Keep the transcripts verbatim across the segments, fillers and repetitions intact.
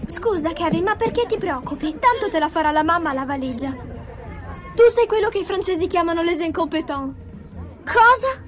Scusa, Kevin, ma perché ti preoccupi? Tanto te la farà la mamma la valigia. Tu sei quello che i francesi chiamano les incompetents. Cosa?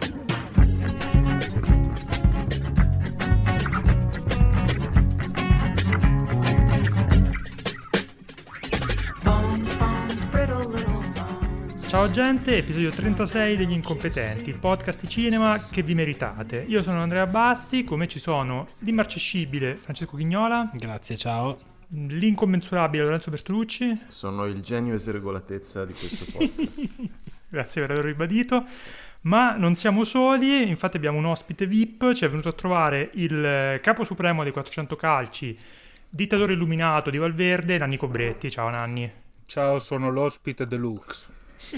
Ciao gente, episodio trentasei degli Incompetenti, il podcast di cinema che vi meritate. Io sono Andrea Bassi, come ci sono l'immarcescibile Francesco Chignola. Grazie, ciao. L'incommensurabile Lorenzo Bertolucci. Sono il genio e sregolatezza di questo podcast. Grazie per averlo ribadito. Ma non siamo soli, infatti abbiamo un ospite V I P, ci è venuto a trovare il capo supremo dei quattrocento calci, dittatore illuminato di Valverde, Nanni Cobretti. Ciao Nanni. Ciao, sono l'ospite deluxe.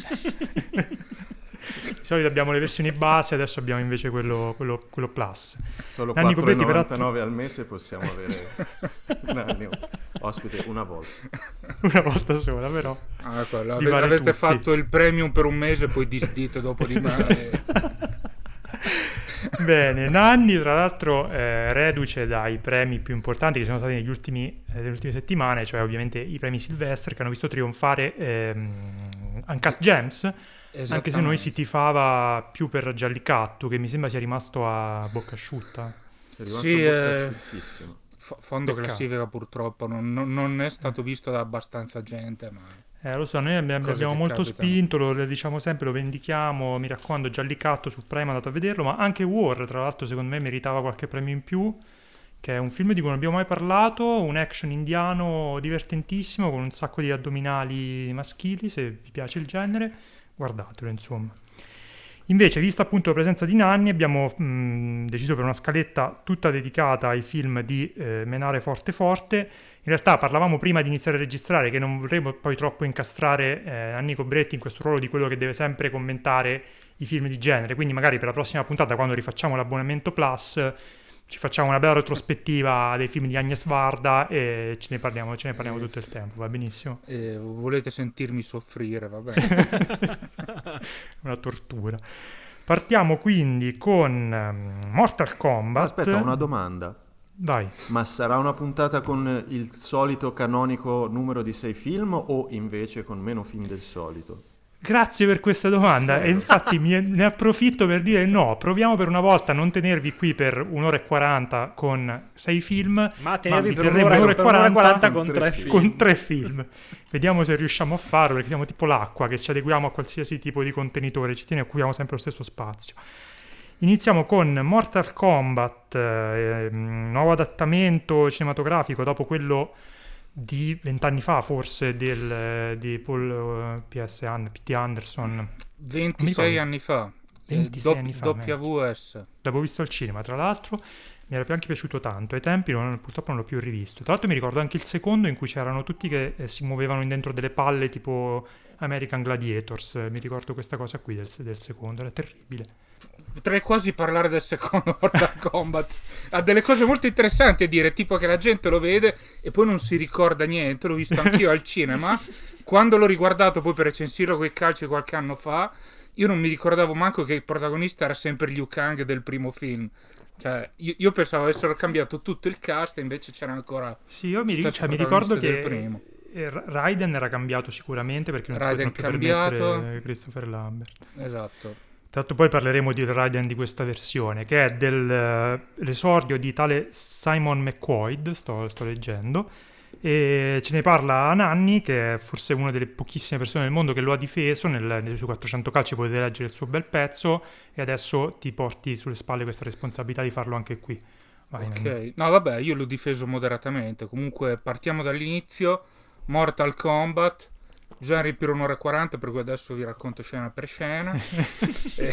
Di solito abbiamo le versioni base, adesso abbiamo invece quello, quello, quello plus. Solo Nanni quattro e novantanove Cobretti, al mese possiamo avere Nanni ospite una volta. Una volta sola, però. Ah, quello, Di ave- vari avete tutti. fatto il premium per un mese, poi disdite dopo di me. e- Bene, Nanni tra l'altro eh, reduce dai premi più importanti che sono stati negli ultimi, eh, nelle ultime settimane, cioè ovviamente i premi Silvestre, che hanno visto trionfare ehm, Uncut Gems, anche se Esattamente. noi si tifava più per Giallicatto, che mi sembra sia rimasto a bocca asciutta. Sei rimasto Sì, bocca eh, asciuttissimo. F- fondo Peccato. classifica purtroppo non, non- non è stato visto da abbastanza gente, ma Eh, lo so, noi abbiamo, Cose abbiamo che molto capitano. spinto, lo, lo diciamo sempre, lo vendichiamo, mi raccomando, Giallicatto su Prime andato a vederlo, ma anche War, tra l'altro, secondo me meritava qualche premio in più, che è un film di cui non abbiamo mai parlato, un action indiano divertentissimo, con un sacco di addominali maschili, se vi piace il genere, guardatelo, insomma. Invece, vista appunto la presenza di Nanni, abbiamo mh, deciso per una scaletta tutta dedicata ai film di eh, Menare Forte Forte. In realtà parlavamo prima di iniziare a registrare che non vorremmo poi troppo incastrare eh, Nanni Cobretti in questo ruolo di quello che deve sempre commentare i film di genere, quindi magari per la prossima puntata, quando rifacciamo l'abbonamento Plus, ci facciamo una bella retrospettiva dei film di Agnes Varda e ce ne parliamo, ce ne parliamo Eh, tutto il tempo, va benissimo? eh, volete sentirmi soffrire, va bene. Una tortura. Partiamo quindi con ehm, Mortal Kombat. Aspetta, una domanda. Vai. Ma sarà una puntata con il solito canonico numero di sei film o invece con meno film del solito? Grazie per questa domanda e infatti mi- ne approfitto per dire no, proviamo per una volta a non tenervi qui per un'ora e quaranta con sei film, Ma tenervi vi per terremo un'ora, un'ora e per un'ora e quaranta con con tre tre film. film. con tre film. Vediamo se riusciamo a farlo, perché siamo tipo l'acqua, che ci adeguiamo a qualsiasi tipo di contenitore, ci tiene, occupiamo sempre lo stesso spazio. Iniziamo con Mortal Kombat, eh, nuovo adattamento cinematografico dopo quello di vent'anni fa, forse, del, di Paul eh, P S An- P T Anderson. ventisei ricordo. anni fa. eh, ventisei do- anni fa, W S. L'avevo visto al cinema, tra l'altro, mi era anche piaciuto tanto. Ai tempi non- purtroppo non l'ho più rivisto. Tra l'altro mi ricordo anche il secondo in cui c'erano tutti che eh, si muovevano in dentro delle palle tipo American Gladiators. Mi ricordo questa cosa qui del, del secondo, era terribile. Potrei quasi parlare del secondo Mortal Kombat. Ha delle cose molto interessanti a dire, tipo che la gente lo vede e poi non si ricorda niente. L'ho visto anch'io al cinema. Quando l'ho riguardato poi per recensirlo coi calci qualche anno fa, io non mi ricordavo manco che il protagonista era sempre Liu Kang del primo film. Cioè, io, io pensavo avessero cambiato tutto il cast e invece c'era ancora Sì, io mi, ri- stesso cioè, mi ricordo protagonista che del primo. eh, Ra- Raiden era cambiato sicuramente perché non Raiden si potevano più cambiato. permettere Christopher Lambert. Esatto. Tra l'altro poi parleremo di Raiden di questa versione, che è dell'esordio di tale Simon McQuoid, sto, sto leggendo, e ce ne parla Nanni, che è forse una delle pochissime persone nel mondo che lo ha difeso, nel, nelle sue quattrocento calci potete leggere il suo bel pezzo, e adesso ti porti sulle spalle questa responsabilità di farlo anche qui. Vai, Nanni. Ok, no vabbè, io l'ho difeso moderatamente. Comunque partiamo dall'inizio. Mortal Kombat, già riempire un'ora e quaranta, per cui adesso vi racconto scena per scena. Eh,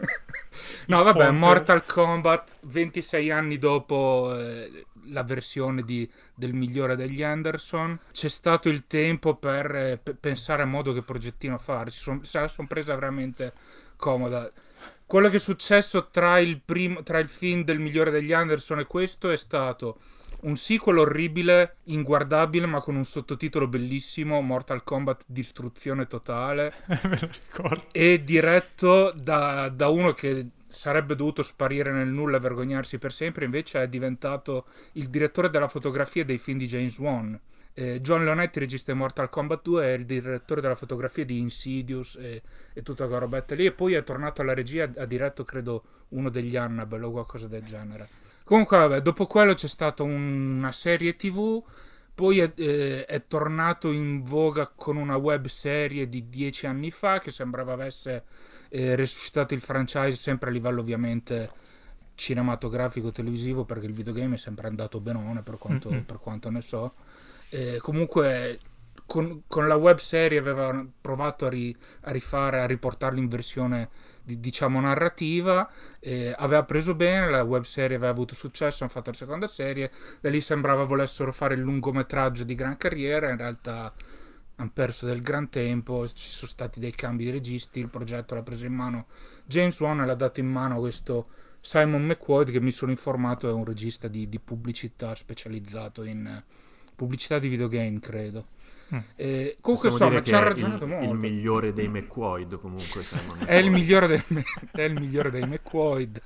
no vabbè, fonte. Mortal Kombat, ventisei anni dopo eh, la versione di, del migliore degli Anderson. C'è stato il tempo per eh, pe- pensare a modo che progettino fare. Si son- se la sono presa veramente comoda. Quello che è successo tra il, prim- tra il film del migliore degli Anderson e questo è stato un sequel orribile, inguardabile, ma con un sottotitolo bellissimo, Mortal Kombat Distruzione Totale, Me lo ricordo. e diretto da, da uno che sarebbe dovuto sparire nel nulla e vergognarsi per sempre, invece è diventato il direttore della fotografia dei film di James Wan. Eh, John Leonetti, regista di Mortal Kombat due, è il direttore della fotografia di Insidious e, e tutta quella robetta lì, e poi è tornato alla regia, ha diretto credo uno degli Annabelle o qualcosa del genere. Comunque vabbè, dopo quello c'è stata un, una serie tv, poi è, eh, è tornato in voga con una web serie di dieci anni fa che sembrava avesse eh, resuscitato il franchise, sempre a livello ovviamente cinematografico televisivo, perché il videogame è sempre andato benone per quanto, mm-hmm. per quanto ne so. Eh, comunque con, con la web serie aveva provato a, ri, a rifare, a riportarlo in versione di, diciamo narrativa, eh, aveva preso bene, la web serie aveva avuto successo, hanno fatto la seconda serie, da lì sembrava volessero fare il lungometraggio di gran carriera, in realtà hanno perso del gran tempo, ci sono stati dei cambi di registi, il progetto l'ha preso in mano James Wan e l'ha dato in mano questo Simon McQuoid, che mi sono informato è un regista di, di pubblicità specializzato in pubblicità di videogame, credo. Mm. Eh, comunque insomma ci ha ragionato il, molto. Il migliore dei McQuoid, comunque Simon è il migliore dei è il migliore dei McQuoid.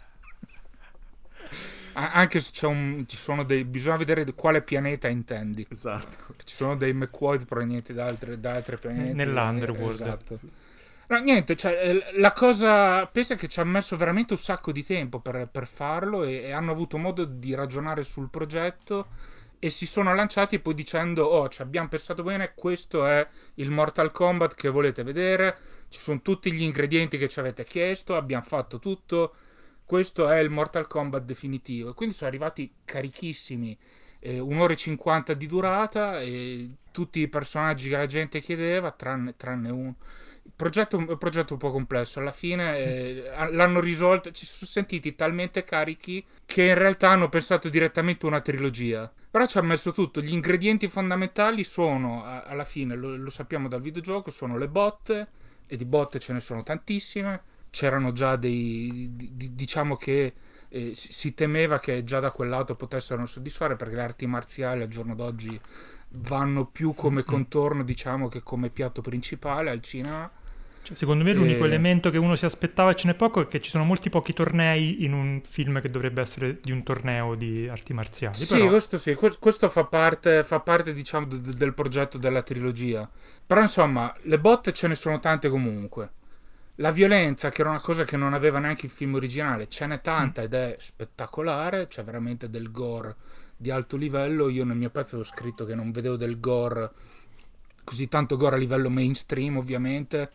Anche se c'è un, ci sono dei, bisogna vedere quale pianeta intendi. Esatto. Ci sono dei McQuoid provenienti da altre, da altre pianeti. Nell'Underworld. Esatto. Sì. No, niente, cioè, la cosa, pensa che ci ha messo veramente un sacco di tempo per, per farlo e, e hanno avuto modo di ragionare sul progetto e si sono lanciati poi dicendo: oh, ci abbiamo pensato bene, questo è il Mortal Kombat che volete vedere, ci sono tutti gli ingredienti che ci avete chiesto, abbiamo fatto tutto, questo è il Mortal Kombat definitivo. E quindi sono arrivati carichissimi, eh, un'ora e cinquanta di durata e tutti i personaggi che la gente chiedeva, tranne, tranne uno. Il progetto è un progetto un po' complesso, alla fine eh, l'hanno risolto, ci sono sentiti talmente carichi che in realtà hanno pensato direttamente una trilogia, però ci ha messo tutto, gli ingredienti fondamentali sono, alla fine lo, lo sappiamo dal videogioco, sono le botte, e di botte ce ne sono tantissime, c'erano già dei, di, diciamo che eh, si temeva che già da quel lato potessero non soddisfare, perché le arti marziali al giorno d'oggi vanno più come contorno, diciamo, che come piatto principale al cinema. Cioè, secondo me l'unico e... elemento che uno si aspettava, e ce n'è poco, è che ci sono molti pochi tornei in un film che dovrebbe essere di un torneo di arti marziali. Sì, però... questo sì, questo fa parte, fa parte diciamo d- del progetto della trilogia. Però insomma, le botte ce ne sono tante comunque. La violenza, che era una cosa che non aveva neanche il film originale, ce n'è tanta ed è spettacolare, c'è veramente del gore di alto livello. Io nel mio pezzo ho scritto che non vedevo del gore, così tanto gore a livello mainstream ovviamente,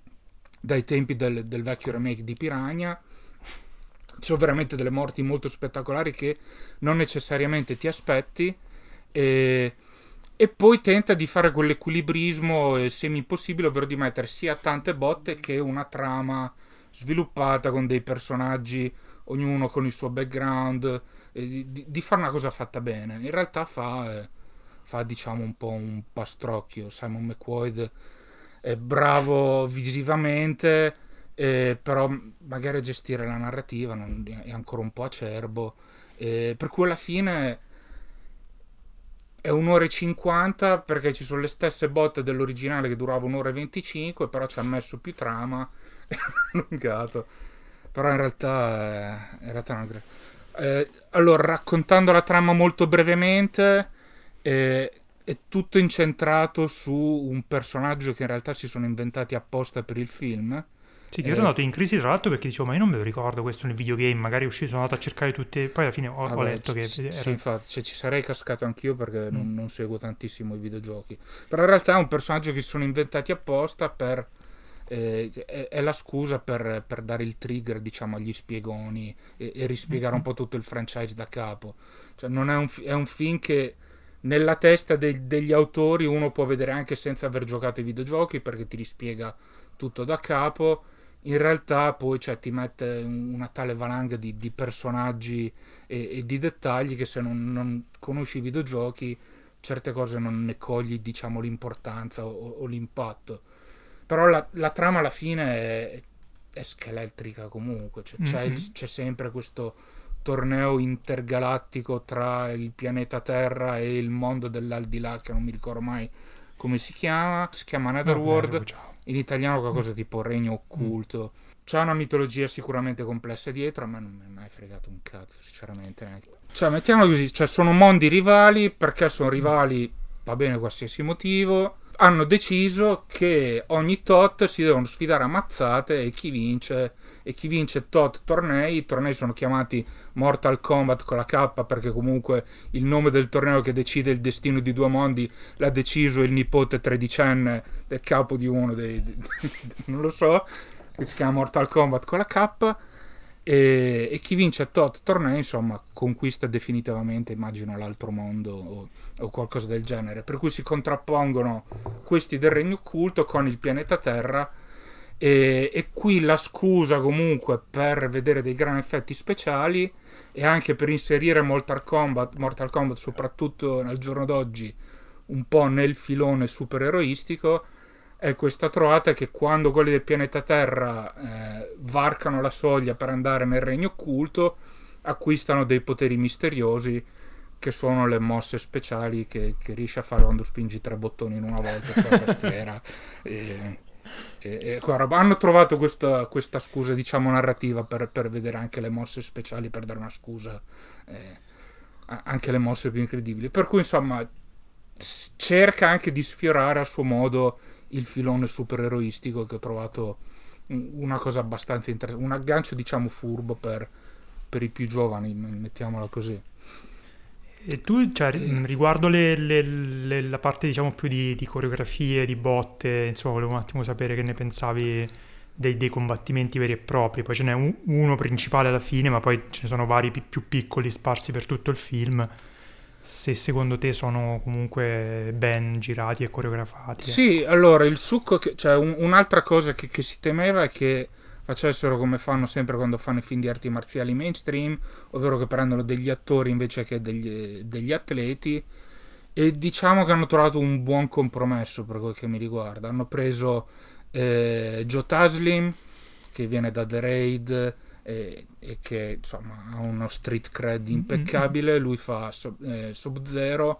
dai tempi del, del vecchio remake di Piranha. Ci sono veramente delle morti molto spettacolari che non necessariamente ti aspetti, e, e poi tenta di fare quell'equilibrismo eh, semi impossibile, ovvero di mettere sia tante botte che una trama sviluppata con dei personaggi, ognuno con il suo background, eh, di, di fare una cosa fatta bene. In realtà fa, eh, fa diciamo un po' un pastrocchio. Simon McQuoid è bravo visivamente, eh, però magari a gestire la narrativa non, è ancora un po' acerbo, eh, per cui alla fine è un'ora e cinquanta, perché ci sono le stesse botte dell'originale che durava un'ora e venticinque, però ci ha messo più trama e allungato. Però in realtà eh, in realtà non eh, allora, raccontando la trama molto brevemente, eh, è tutto incentrato su un personaggio che in realtà si sono inventati apposta per il film. Sì, che io sono andato in crisi tra l'altro perché dicevo: ma io non me lo ricordo questo nel videogame, magari è uscito, sono andato a cercare tutte, poi alla fine ho, Vabbè, ho letto c- che sì, era... sì, infatti, cioè, ci sarei cascato anch'io perché Mm. non, non seguo tantissimo i videogiochi, però in realtà è un personaggio che si sono inventati apposta per eh, è, è la scusa per, per dare il trigger, diciamo, agli spiegoni e, e rispiegare un po' tutto il franchise da capo. Cioè non è un, fi- è un film che nella testa de- degli autori uno può vedere anche senza aver giocato ai videogiochi, perché ti rispiega tutto da capo. In realtà poi cioè, ti mette una tale valanga di, di personaggi e, e di dettagli che se non, non conosci i videogiochi certe cose non ne cogli, diciamo, l'importanza o, o l'impatto. Però la, la trama alla fine è, è scheletrica comunque, cioè, c'è, Mhm. c'è sempre questo torneo intergalattico tra il pianeta Terra e il mondo dell'aldilà, che non mi ricordo mai come si chiama, si chiama No, Netherworld, eh, ciao. in italiano qualcosa tipo Regno Occulto. c'è una mitologia sicuramente complessa dietro, a me non mi è mai fregato un cazzo, sinceramente. Neanche. Cioè, mettiamolo così, cioè, sono mondi rivali, perché sono rivali, va bene qualsiasi motivo, hanno deciso che ogni tot si devono sfidare a mazzate e chi vince, e chi vince tot tornei, i tornei sono chiamati Mortal Kombat con la K, perché comunque il nome del torneo che decide il destino di due mondi l'ha deciso il nipote tredicenne del capo di uno dei... non lo so, che si chiama Mortal Kombat con la K, e, e chi vince tot tornei insomma conquista definitivamente, immagino, l'altro mondo o, o qualcosa del genere, per cui si contrappongono questi del regno occulto con il pianeta Terra, e, e qui la scusa comunque per vedere dei gran effetti speciali e anche per inserire Mortal Kombat, Mortal Kombat soprattutto nel giorno d'oggi un po' nel filone supereroistico, è questa trovata che quando quelli del pianeta Terra eh, varcano la soglia per andare nel regno occulto acquistano dei poteri misteriosi che sono le mosse speciali che, che riesce a fare quando spingi tre bottoni in una volta sulla tastiera. e, e, e, guarda, hanno trovato questa, questa scusa, diciamo, narrativa per, per vedere anche le mosse speciali, per dare una scusa eh, anche le mosse più incredibili, per cui insomma cerca anche di sfiorare a suo modo il filone supereroistico, che ho trovato una cosa abbastanza interessante, un aggancio diciamo furbo per, per i più giovani, mettiamola così. E tu, cioè, riguardo le, le, le, la parte diciamo più di, di coreografie, di botte, insomma, volevo un attimo sapere che ne pensavi dei, dei combattimenti veri e propri. Poi ce n'è un, uno principale alla fine, ma poi ce ne sono vari pi- più piccoli sparsi per tutto il film. Se secondo te sono comunque ben girati e coreografati. Sì, eh. Allora il succo, che, cioè un, un'altra cosa che, che si temeva è che facessero come fanno sempre quando fanno i film di arti marziali mainstream, ovvero che prendono degli attori invece che degli, degli atleti, e diciamo che hanno trovato un buon compromesso per quel che mi riguarda. Hanno preso eh, Joe Taslim, che viene da The Raid, E, e che insomma ha uno street cred impeccabile. Lui fa eh, Sub-Zero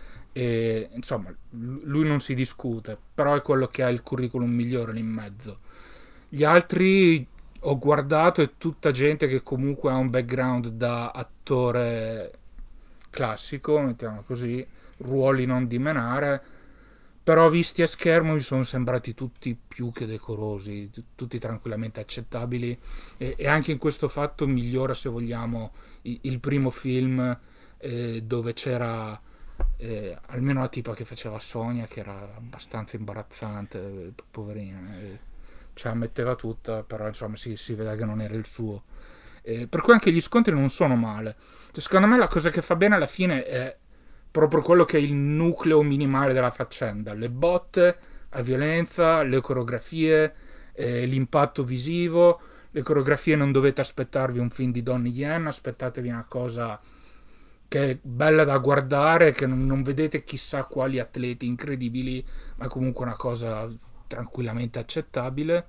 e insomma lui non si discute, però è quello che ha il curriculum migliore lì in mezzo. Gli altri ho guardato, è tutta gente che comunque ha un background da attore classico, mettiamo così, ruoli non di menare, però visti a schermo mi sono sembrati tutti più che decorosi, t- tutti tranquillamente accettabili, e, e anche in questo fatto migliora, se vogliamo, i- il primo film eh, dove c'era eh, almeno la tipa che faceva Sonia, che era abbastanza imbarazzante, eh, poverina, eh, ce la metteva tutta, però insomma si, si vede che non era il suo. Eh, per cui anche gli scontri non sono male. Cioè, secondo me la cosa che fa bene alla fine è proprio quello che è il nucleo minimale della faccenda: le botte, la violenza, le coreografie, eh, l'impatto visivo. Le coreografie non dovete aspettarvi un film di Donnie Yen, aspettatevi una cosa che è bella da guardare, che non, non vedete chissà quali atleti incredibili, ma comunque una cosa tranquillamente accettabile.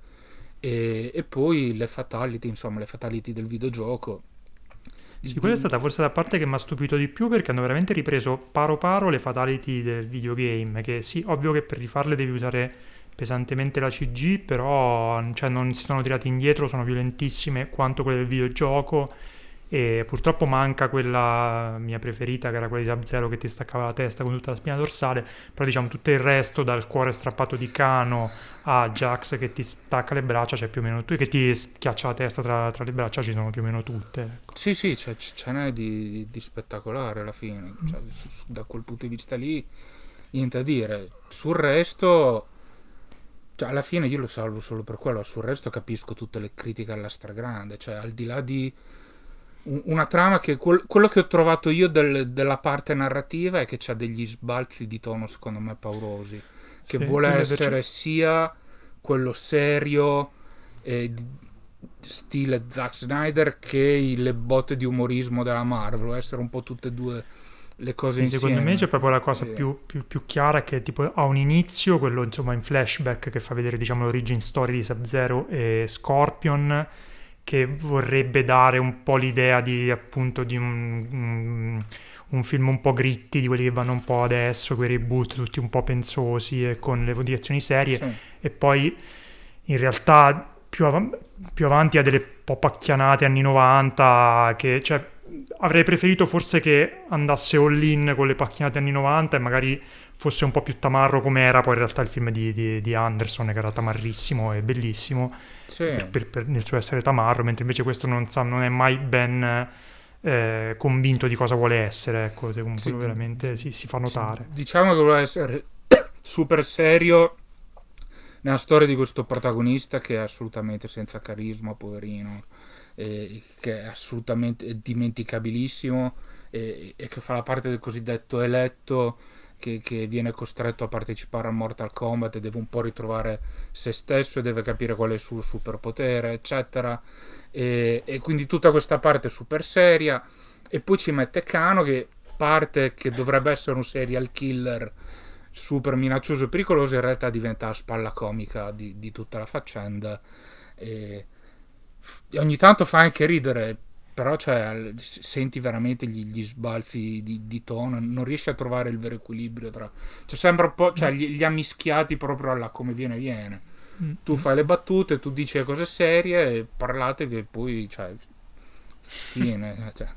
E, e poi le fatality, insomma le fatality del videogioco. Sì, quella è stata forse la parte che mi ha stupito di più, perché hanno veramente ripreso paro paro le fatality del videogame, che sì, ovvio che per rifarle devi usare pesantemente la C G, però cioè, non si sono tirati indietro, sono violentissime quanto quelle del videogioco, e purtroppo manca quella mia preferita, che era quella di Sub-Zero che ti staccava la testa con tutta la spina dorsale, però diciamo tutto il resto, dal cuore strappato di Kano a Jax che ti stacca le braccia, c'è più o meno tu, che ti schiaccia la testa tra, tra le braccia, ci sono più o meno tutte. Ecco. Sì, sì, c'è, ce n'è di, di spettacolare alla fine, cioè, su, su, da quel punto di vista lì niente da dire. Sul resto, cioè, alla fine io lo salvo solo per quello, sul resto capisco tutte le critiche alla stragrande, cioè al di là di una trama che quel, quello che ho trovato io del, della parte narrativa è che c'ha degli sbalzi di tono secondo me paurosi, che sì, vuole essere invece sia quello serio eh, stile Zack Snyder che le botte di umorismo della Marvel, essere un po' tutte e due le cose sì, insieme. Secondo me c'è proprio la cosa eh. più, più, più chiara, che tipo ha un inizio, quello insomma in flashback, che fa vedere diciamo l'origin story di Sub-Zero e Scorpion, che vorrebbe dare un po' l'idea di appunto di un, un, un film un po' gritti, di quelli che vanno un po' adesso, quei reboot tutti un po' pensosi e con le direzioni serie, sì. E poi in realtà più, av- più avanti ha delle po' pacchianate anni novanta, che cioè avrei preferito forse che andasse all in con le pacchianate anni novanta e magari fosse un po' più tamarro come era poi in realtà il film di, di, di Anderson, che era tamarrissimo e bellissimo, Sì. per, per, per nel suo essere tamarro, mentre invece questo non, sa, non è mai ben eh, convinto di cosa vuole essere, ecco, comunque Sì, veramente si, si fa notare. Diciamo che vuole essere super serio nella storia di questo protagonista che è assolutamente senza carisma, poverino, e che è assolutamente dimenticabilissimo, e, e che fa la parte del cosiddetto eletto che, che viene costretto a partecipare a Mortal Kombat e deve un po' ritrovare se stesso e deve capire qual è il suo superpotere, eccetera, e, e quindi tutta questa parte super seria. E poi ci mette Kano, che parte che dovrebbe essere un serial killer super minaccioso e pericoloso, in realtà diventa la spalla comica di, di tutta la faccenda, e ogni tanto fa anche ridere, però cioè, senti veramente gli, gli sbalzi di, di tono, non riesci a trovare il vero equilibrio tra, cioè sembra un po', cioè li, li ha mischiati proprio alla come viene viene. Tu fai le battute, tu dici le cose serie e parlatevi e poi cioè fine, cioè.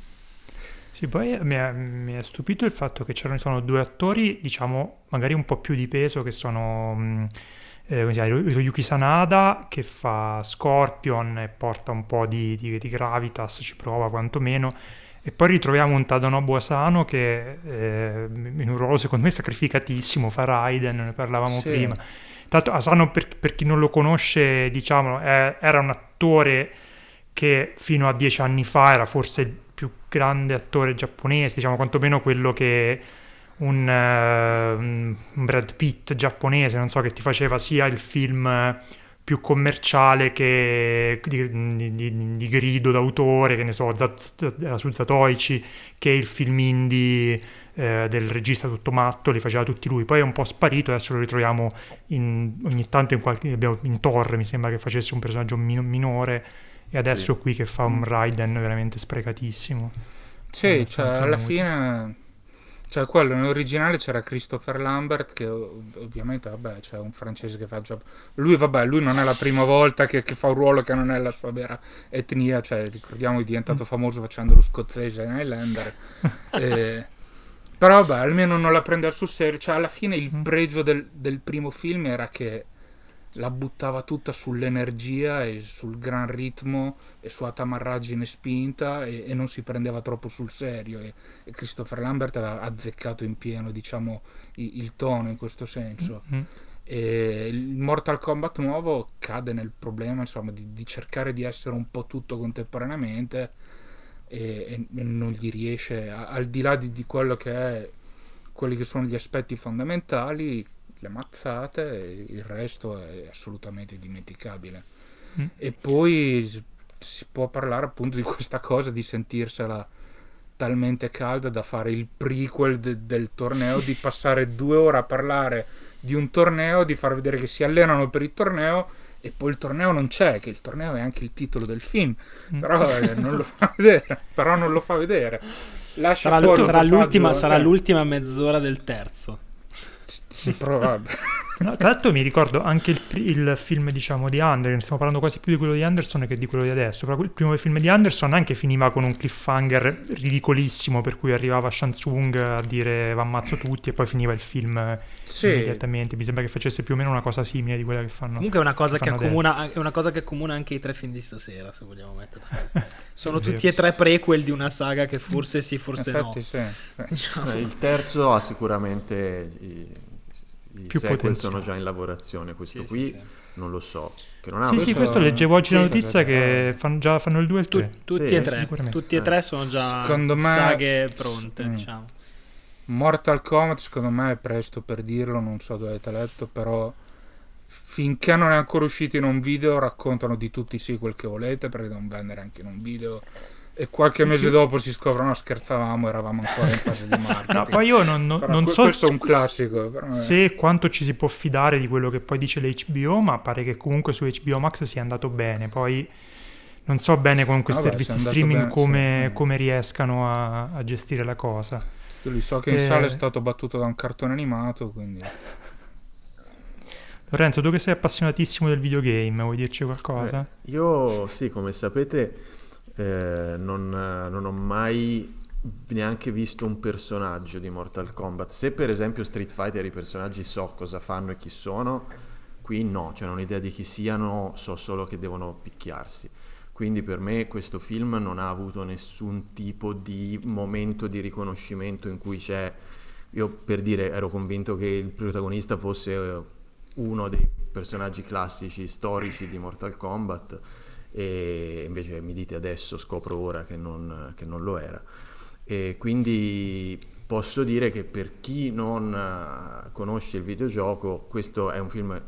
Sì, poi mi è, mi è stupito il fatto che c'erano sono due attori, diciamo, magari un po' più di peso, che sono mh, eh, come si chiama, Hiroyuki Sanada, che fa Scorpion e porta un po' di, di, di gravitas, ci prova quantomeno, e poi ritroviamo un Tadanobu Asano che eh, in un ruolo secondo me sacrificatissimo, fa Raiden, ne parlavamo Sì. prima. Tanto Asano, per, per chi non lo conosce, diciamo, è, era un attore che fino a dieci anni fa era forse il più grande attore giapponese, diciamo quantomeno quello che un, uh, un Brad Pitt giapponese, non so, che ti faceva sia il film più commerciale che di, di, di, di grido d'autore, che ne so, Z- su Zatoichi, che il film indie eh, del regista tutto matto, li faceva tutti lui. Poi è un po' sparito, adesso lo ritroviamo in, ogni tanto in, qualche, abbiamo, in Thor, mi sembra che facesse un personaggio min- minore, e adesso Sì. qui che fa un Raiden veramente sprecatissimo. Sì, cioè Abbastanza alla inutile. fine, cioè quello nell'originale c'era Christopher Lambert, che ov- ovviamente vabbè c'è un francese che fa già lui, vabbè, lui non è la prima volta che, che fa un ruolo che non è la sua vera etnia, cioè ricordiamo è diventato famoso facendo lo scozzese in Highlander. E, però vabbè, almeno non la prende sul serio, cioè alla fine il pregio del, del primo film era che la buttava tutta sull'energia e sul gran ritmo e sulla tamarraggine spinta, e, e non si prendeva troppo sul serio, e, e Christopher Lambert aveva azzeccato in pieno, diciamo, i- il tono in questo senso. Mm. E il Mortal Kombat nuovo cade nel problema, insomma, di, di cercare di essere un po' tutto contemporaneamente, e, e- e non gli riesce, a- al di là di, di quello che è quelli che sono gli aspetti fondamentali, le mazzate, e il resto è assolutamente dimenticabile. Mm. E poi s- si può parlare appunto di questa cosa di sentirsela talmente calda da fare il prequel de- del torneo, di passare due ore a parlare di un torneo, di far vedere che si allenano per il torneo e poi il torneo non c'è, che il torneo è anche il titolo del film, però eh, non lo fa vedere, però non lo fa vedere. Lascia Sarà, fuori un sarà passaggio, l'ultima, sarà cioè, l'ultima mezz'ora del terzo. sì, probabile. No, tra l'altro mi ricordo anche il, pri- il film, diciamo, di Anderson, stiamo parlando quasi più di quello di Anderson che di quello di adesso, però il primo film di Anderson anche finiva con un cliffhanger ridicolissimo, per cui arrivava Shang Tsung a dire va ammazzo tutti e poi finiva il film Sì. immediatamente. Mi sembra che facesse più o meno una cosa simile di quella che fanno. Comunque è una cosa che fanno accomuna, è una cosa che accomuna anche i tre film di stasera, se vogliamo metterla. Sono È tutti vero. e tre prequel di una saga che forse sì, forse Infatti no. sì, sì. Diciamo. Eh, il terzo ha sicuramente i, i Più sequel potenziale. sono già in lavorazione, questo Sì, qui sì, sì. non lo so, che non ha Sì, sì, questo- questo leggevo oggi la sì, notizia questo- che fanno, già fanno il due e il Tu- tre. tutti Sì, e tre, sicuramente. tutti e tre sono già Secondo me- saghe pronte, Mm. diciamo. Mortal Kombat secondo me è presto per dirlo, non so dove avete letto, però finché non è ancora uscito in un video raccontano di tutti i sequel che volete, perché devono vendere anche in un video, e qualche mese dopo si scoprono scherzavamo, eravamo ancora in fase di marketing. No, poi io non, non- Però non que- so questo è un s- classico, però, eh. se e quanto ci si può fidare di quello che poi dice l'H B O, ma pare che comunque su H B O Max sia andato bene. Poi non so bene con questi Vabbè, servizi se è andato streaming bene, come, sì. come riescano a, a gestire la cosa. Io li so che in Eh. sala è stato battuto da un cartone animato, quindi Lorenzo, tu che sei appassionatissimo del videogame, vuoi dirci qualcosa? Eh, io sì, come sapete, eh, non, non ho mai neanche visto un personaggio di Mortal Kombat. Se per esempio Street Fighter i personaggi so cosa fanno e chi sono, qui no, cioè non ho idea di chi siano, so solo che devono picchiarsi. Quindi per me questo film non ha avuto nessun tipo di momento di riconoscimento in cui c'è... Io per dire ero convinto che il protagonista fosse uno dei personaggi classici storici di Mortal Kombat e invece mi dite adesso, scopro ora che non, che non lo era. E quindi posso dire che per chi non conosce il videogioco questo è un film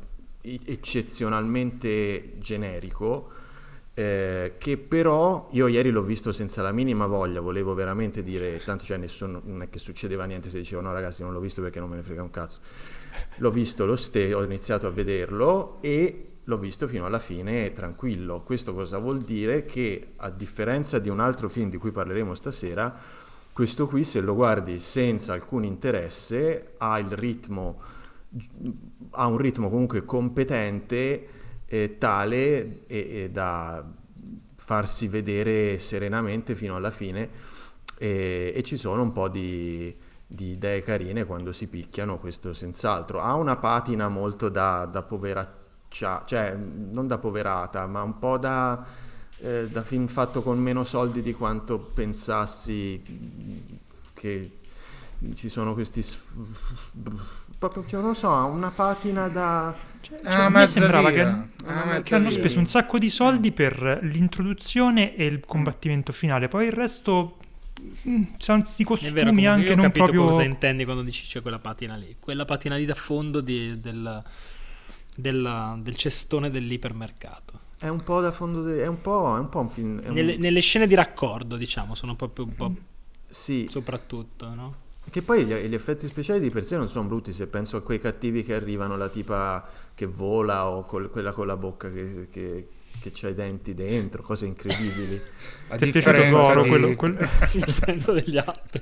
eccezionalmente generico, eh, che però io ieri l'ho visto senza la minima voglia, volevo veramente dire, tanto cioè nessuno, non è che succedeva niente se dicevo no ragazzi non l'ho visto perché non me ne frega un cazzo, l'ho visto lo stesso, ho iniziato a vederlo e l'ho visto fino alla fine tranquillo. Questo cosa vuol dire? Che a differenza di un altro film di cui parleremo stasera, questo qui se lo guardi senza alcun interesse ha il ritmo, ha un ritmo comunque competente, eh, tale e, e da farsi vedere serenamente fino alla fine, e, e ci sono un po' di, di idee carine quando si picchiano, questo senz'altro. Ha una patina molto da, da poveraccia, cioè non da poverata, ma un po' da, eh, da film fatto con meno soldi di quanto pensassi, che ci sono questi sf- proprio, cioè, non lo so, una patina da... Cioè, Ah, a me mezza sembrava via. che, Ah, che mezza hanno via. speso un sacco di soldi per l'introduzione e il combattimento finale, poi il resto mm, sono sti È vero, costumi comunque anche io ho non capito proprio... cosa intendi quando dici c'è quella patina lì. Quella patina lì da fondo di- del, del, del cestone dell'ipermercato. È un po' da fondo, de- è un po', è un po' un film... è un- Nelle, nelle scene di raccordo, diciamo, sono proprio un po' Sì, soprattutto, no? che poi gli, gli effetti speciali di per sé non sono brutti, se penso a quei cattivi che arrivano, la tipa che vola o col- quella con la bocca che, che, che c'ha i denti dentro, cose incredibili. A Ti è piaciuto differenza Goro, di- quello, quel- A differenza degli altri.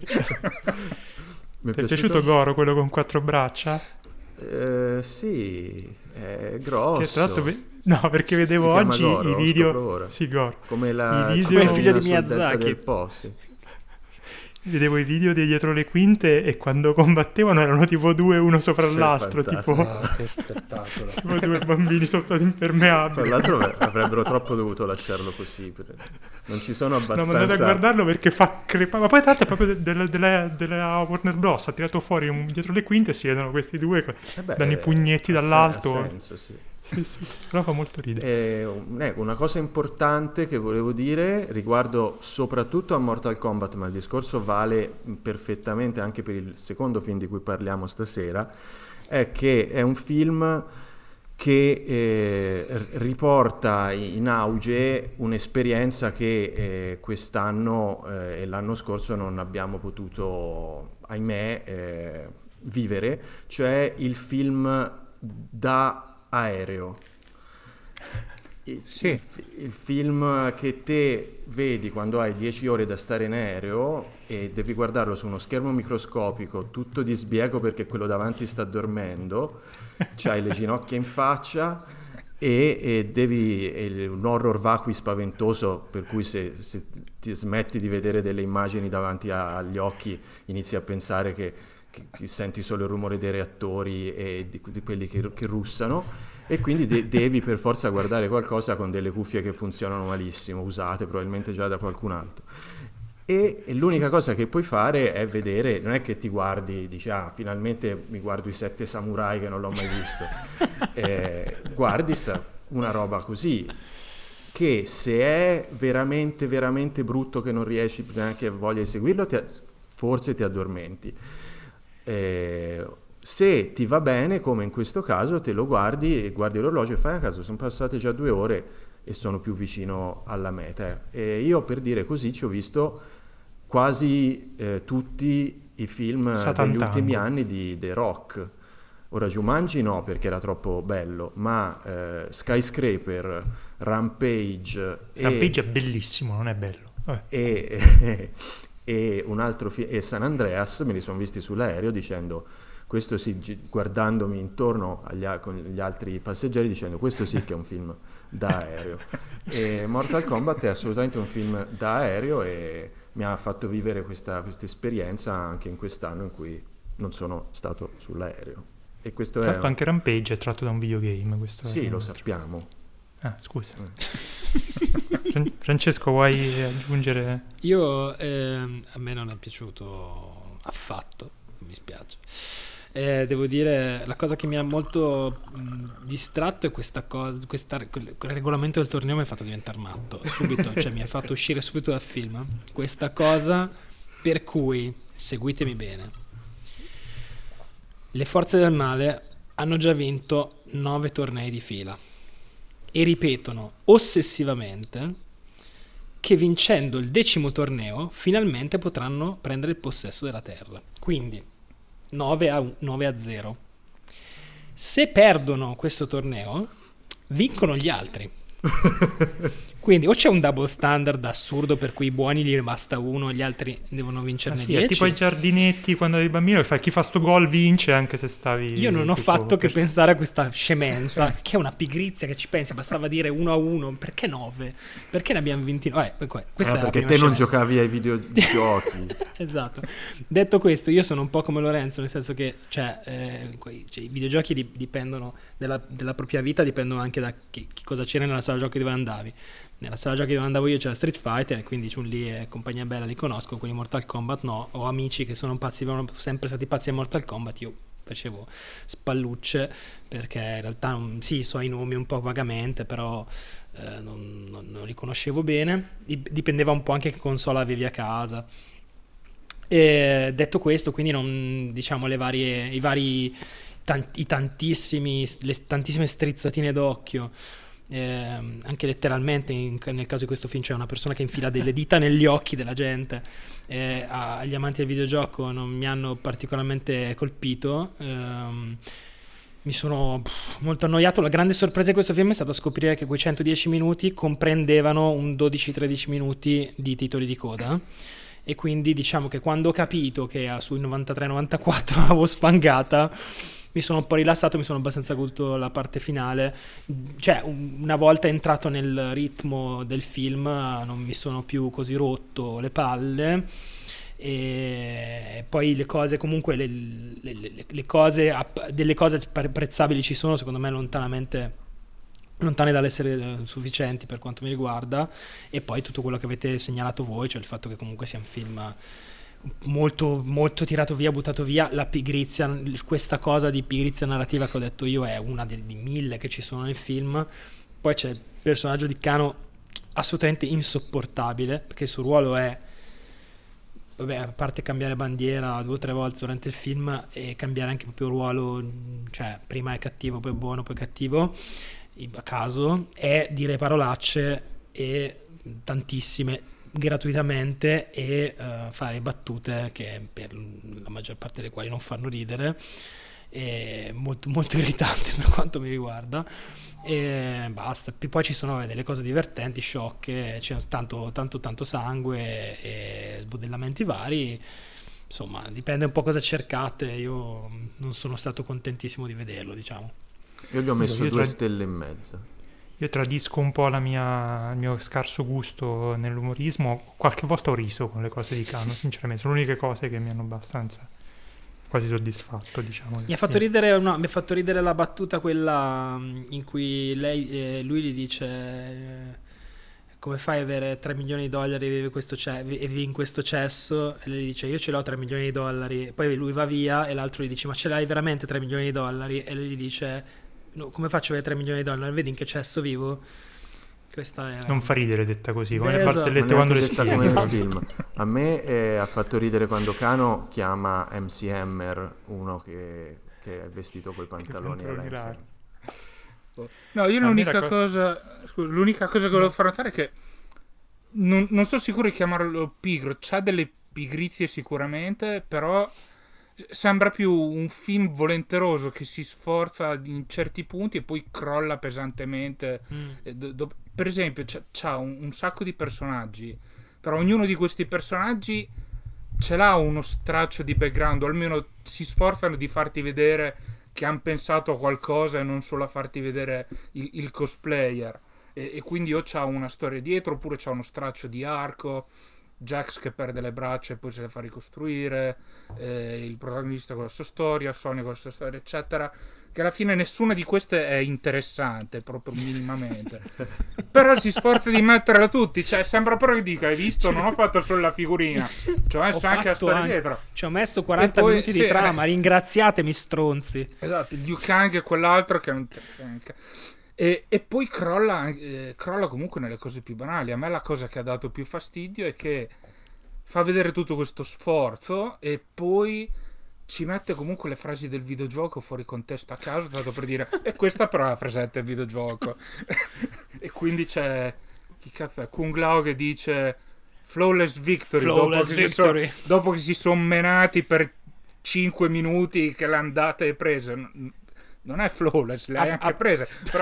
Mi ti è piaciuto Goro, quello con quattro braccia? Eh, sì, è grosso. Che tra l'altro ve- no, perché Si vedevo chiama oggi Goro, i lo video... scopro ora. Sì, Goro. Come la I video- Come il figlio di sul delta Miyazaki. del Po, sì. Vedevo i video di dietro le quinte e quando combattevano erano tipo due uno sopra Sì, l'altro, fantastico. tipo, Ah, che spettacolo. tipo due bambini sotto ad Tra impermeabili. l'altro avrebbero troppo dovuto lasciarlo così, per- non ci sono No, ma abbastanza... andate a guardarlo perché fa crepare. Ma poi tra l'altro è proprio de- delle, delle, della Warner Bros. Ha tirato fuori un- dietro le quinte e si vedono questi due che Eh beh, danno i pugnetti ha sen- dall'alto. ha senso, sì. Sì, sì, però fa molto ridere. Eh, un- ecco, una cosa importante che volevo dire riguardo soprattutto a Mortal Kombat, ma il discorso vale perfettamente anche per il secondo film di cui parliamo stasera, è che è un film che eh, r- riporta in auge un'esperienza che eh, quest'anno eh, e l'anno scorso non abbiamo potuto, ahimè, eh, vivere, cioè il film da aereo. Il, Sì. il fi- il film che te vedi quando hai dieci ore da stare in aereo e devi guardarlo su uno schermo microscopico tutto di sbiego perché quello davanti sta dormendo, c'hai le ginocchia in faccia e, e devi e un horror vacui spaventoso per cui se, se ti smetti di vedere delle immagini davanti a- agli occhi inizi a pensare che, che- che senti solo il rumore dei reattori e di, di quelli che, che russano, e quindi de- devi per forza guardare qualcosa con delle cuffie che funzionano malissimo, usate probabilmente già da qualcun altro. E, e l'unica cosa che puoi fare è vedere, non è che ti guardi, dici ah finalmente mi guardo i sette samurai che non l'ho mai visto, eh, guardi sta, una roba così che se è veramente veramente brutto che non riesci neanche a voglia di seguirlo, ti- forse ti addormenti. Eh, se ti va bene, come in questo caso, te lo guardi e guardi l'orologio e fai a caso, sono passate già due ore e sono più vicino alla meta. E io per dire così ci ho visto quasi eh, tutti i film Satan degli ultimi Tango. anni di The Rock. Ora Jumanji no, perché era troppo bello, ma eh, Skyscraper, Rampage, Rampage è bellissimo, non è bello. Vabbè. e, e un altro fi- e San Andreas me li sono visti sull'aereo dicendo questo sì, gi- guardandomi intorno agli a- con gli altri passeggeri dicendo questo sì che è un film da aereo. E Mortal Kombat è assolutamente un film da aereo e mi ha fatto vivere questa esperienza anche in quest'anno in cui non sono stato sull'aereo. E questo Tra è l'altro anche Rampage è tratto da un videogame. Questo sì, è lo sappiamo. Ah, scusa. Eh. Fran- Francesco, vuoi aggiungere? Io ehm, a me non è piaciuto affatto, mi spiace. Eh, devo dire, la cosa che mi ha molto mh, distratto è questa cosa, questa, quel, quel regolamento del torneo mi ha fatto diventare matto subito, cioè mi ha fatto uscire subito dal film. Questa cosa per cui, seguitemi bene, le forze del male hanno già vinto nove tornei di fila e ripetono ossessivamente che vincendo il decimo torneo finalmente potranno prendere il possesso della terra. Quindi nove a zero. Se perdono questo torneo, vincono gli altri. Quindi o c'è un double standard assurdo per cui i buoni gli basta uno e gli altri devono vincerne Ah, sì, dieci. è tipo ai giardinetti quando eri bambino che fai chi fa sto gol vince anche se stavi. Io non ho tipo, fatto che per... pensare a questa scemenza, che è una pigrizia che ci pensi, bastava dire uno a uno, perché nove? Perché ne abbiamo vinti? Eh, questa Ah, è la perché prima te non scemenza. giocavi ai videogiochi. Esatto. Detto questo, io sono un po' come Lorenzo, nel senso che cioè, eh, quei- cioè, i videogiochi di- dipendono della, della propria vita, dipendono anche da che, che cosa c'era nella sala giochi dove andavi. Nella sala giochi dove andavo io c'era Street Fighter, e quindi Chun-Li e compagnia bella li conosco, quelli Mortal Kombat no. Ho amici che sono pazzi, sono sempre stati pazzi a Mortal Kombat, io facevo spallucce perché in realtà non- sì, so i nomi un po' vagamente, però eh, non, non- non li conoscevo bene. Dip- Dipendeva un po' anche che console avevi a casa. E detto questo, quindi non diciamo le varie, i vari tan- i tantissimi, le tantissime strizzatine d'occhio. ehm, anche letteralmente in- nel caso di questo film c'è una persona che infila delle dita negli occhi della gente. Eh, a- agli amanti del videogioco non mi hanno particolarmente colpito. ehm, mi sono pff, molto annoiato. La grande sorpresa di questo film è stata scoprire che quei centodieci minuti comprendevano un dodici tredici minuti di titoli di coda. E quindi diciamo che quando ho capito che a- sui novantatré novantaquattro avevo sfangata, mi sono un po' rilassato, mi sono abbastanza goduto la parte finale. Cioè, un- una volta entrato nel ritmo del film, non mi sono più così rotto le palle. E poi le cose, comunque, le, le- le- le cose, app- delle cose apprezzabili ci sono, secondo me, lontanamente lontane dall'essere eh, sufficienti per quanto mi riguarda. E poi tutto quello che avete segnalato voi, cioè il fatto che comunque sia un film molto, molto tirato via, buttato via. La pigrizia, questa cosa di pigrizia narrativa che ho detto io è una di, di mille che ci sono nel film. Poi c'è il personaggio di Kano assolutamente insopportabile, perché il suo ruolo è, vabbè, a parte cambiare bandiera due o tre volte durante il film e cambiare anche proprio ruolo, cioè prima è cattivo, poi è buono, poi è cattivo a caso, è dire parolacce e tantissime gratuitamente e uh, fare battute che per la maggior parte delle quali non fanno ridere, è molto, molto irritante per quanto mi riguarda. E basta. Poi ci sono delle cose divertenti, sciocche, c'è tanto tanto tanto sangue e sbudellamenti vari. Insomma, dipende un po' cosa cercate. Io non sono stato contentissimo di vederlo, diciamo. Io gli ho messo Io due tra- stelle e mezza. Io tradisco un po' la mia, il mio scarso gusto nell'umorismo. Qualche volta ho riso con le cose di Kano, sinceramente. Sono le uniche cose che mi hanno abbastanza quasi soddisfatto, diciamo. Mi ha fatto ridere, no, mi ha fatto ridere la battuta quella in cui lei, eh, lui gli dice eh, come fai ad avere tre milioni di dollari e vivi, questo ce- e vivi in questo cesso? E lei gli dice io ce l'ho tre milioni di dollari. E poi lui va via e l'altro gli dice ma ce l'hai veramente tre milioni di dollari? E lei gli dice no, come faccio ad avere tre milioni di dollari? Vedi in che cesso vivo? Questa è... Non fa ridere detta così, come le Esatto. barzellette Ma quando le neanche detta spieghi. come nel film. A me eh, ha fatto ridere quando Kano chiama M C Hammer, uno che, che è vestito coi pantaloni alla pantaloni M C larghi. Hammer. No, io A me l'unica la co- cosa, scusa, l'unica cosa che volevo far notare è che non, non sono sicuro di chiamarlo pigro, c'ha delle pigrizie sicuramente, però sembra più un film volenteroso che si sforza in certi punti e poi crolla pesantemente. Mm. E do- do- per esempio c'ha, c'ha un, un sacco di personaggi, però ognuno di questi personaggi ce l'ha uno straccio di background, o almeno si sforzano di farti vedere che hanno pensato a qualcosa e non solo a farti vedere il, il cosplayer, e, e quindi o c'ha una storia dietro oppure c'ha uno straccio di arco, Jax che perde le braccia e poi se le fa ricostruire, eh, il protagonista con la sua storia, Sonya con la sua storia, eccetera, che alla fine nessuna di queste è interessante proprio minimamente. Però si sforza di metterla tutti, cioè sembra però che dica: hai visto, non ho fatto solo la figurina, ci ho messo Ho anche la fatto storia anche- dietro. Ci ho messo quaranta E poi- minuti sì, di trama, eh. ringraziatemi stronzi. Esatto, il Liu Kang e quell'altro che non te frega neanche. E, e poi crolla, eh, crolla comunque nelle cose più banali. A me la cosa che ha dato più fastidio è che fa vedere tutto questo sforzo e poi ci mette comunque le frasi del videogioco fuori contesto a caso, tanto per dire: e questa però è la frasetta del videogioco. E quindi c'è, chi cazzo è, Kung Lao che dice flawless victory, Flawless dopo, che victory. Si so, dopo che si sono menati per cinque minuti che le andate prese. N- non è flawless, le hai A- anche a- prese, però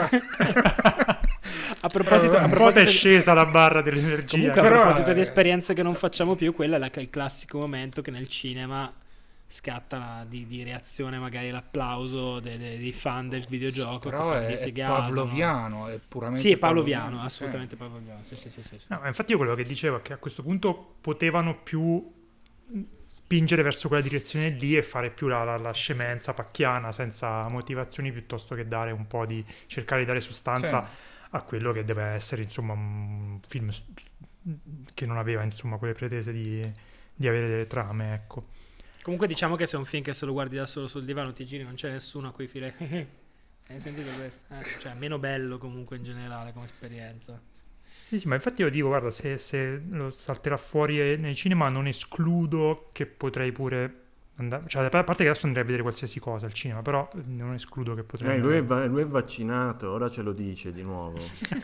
A proposito, a un po' proposito è di- scesa la barra dell'energia. comunque a Però, proposito eh, di esperienze che non facciamo più, quella è la- il classico momento che nel cinema scatta la- di, di reazione, magari l'applauso dei, dei- dei fan del videogioco che però sono è, lì si è gasano. pavloviano, è puramente Sì, è pavloviano, sì. assolutamente pavloviano. Sì, sì, sì, sì, sì. No, ma infatti io quello che dicevo è che a questo punto potevano più spingere verso quella direzione lì e fare più la, la, la scemenza pacchiana senza motivazioni, piuttosto che dare un po' di cercare di dare sostanza Sì. a quello che deve essere insomma un film s- che non aveva insomma quelle pretese di, di avere delle trame, ecco. Comunque diciamo che se è un film che se lo guardi da solo sul divano ti giri, non c'è nessuno a cui file. Hai sentito questo? Eh, cioè, meno bello comunque in generale come esperienza. Sì, sì, ma infatti io dico, guarda, se, se lo salterà fuori nei cinema non escludo che potrei pure andare, cioè a parte che adesso andrei a vedere qualsiasi cosa al cinema, però non escludo che potrei Eh, lui, è andare. va- lui è vaccinato, ora ce lo dice di nuovo.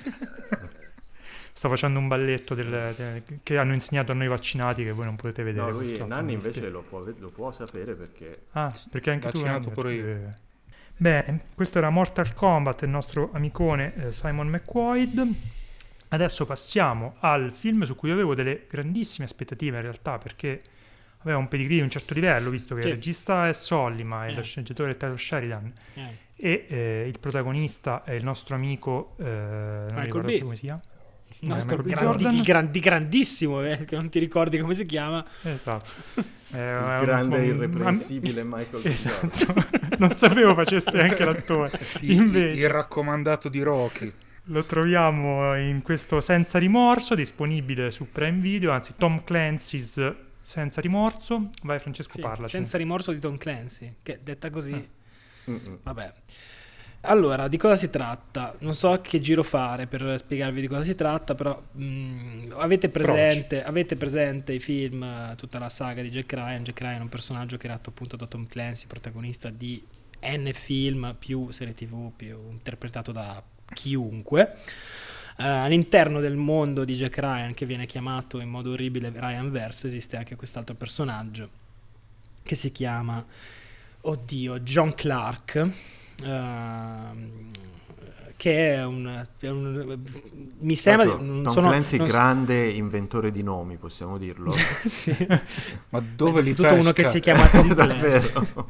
Sto facendo un balletto del- del- che hanno insegnato a noi vaccinati che voi non potete vedere. No, lui purtroppo, Nanni mi invece dispiace. lo può, ve- lo può sapere perché... Ah, perché anche Vaccinato tu pure eh, Bene, questo era Mortal Kombat, il nostro amicone eh, Simon McQuaid. Adesso passiamo al film su cui avevo delle grandissime aspettative in realtà, perché aveva un pedigree di un certo livello, visto che Sì. il regista è Sollima e Eh. lo sceneggiatore è Taylor Sheridan Eh. e eh, il protagonista è il nostro amico eh, non mi ricordo B. più come si chiama. Il nostro Michael B. grandi- Jordan. il gran- di grandissimo, eh, che non ti ricordi come si chiama. Esatto. È Il un- grande un- e irreprensibile Michael B. Jordan. Esatto. Non sapevo facesse anche l'attore. Il, Invece il raccomandato di Rocky. lo troviamo in questo Senza rimorso, disponibile su Prime Video, anzi Tom Clancy's Senza rimorso. Vai Francesco, Sì, parlaci. senza rimorso di Tom Clancy, che detta così, Ah. Mm-mm. vabbè. Allora, di cosa si tratta? Non so che giro fare per spiegarvi di cosa si tratta, però mh, avete, presente, avete presente i film, eh, tutta la saga di Jack Ryan. Jack Ryan è un personaggio creato appunto da Tom Clancy, protagonista di N film più serie tv, più interpretato da chiunque. Eh, all'interno del mondo di Jack Ryan, che viene chiamato in modo orribile Ryanverse, esiste anche quest'altro personaggio che si chiama, oddio, John Clark, ehm, che è un, è un- mi sembra Ecco, di- non Tom sono- Clancy, non so- inventore inventore di nomi, possiamo dirlo. sì. Ma dove li tutto pesca? uno che si chiama Tom Clancy. Davvero.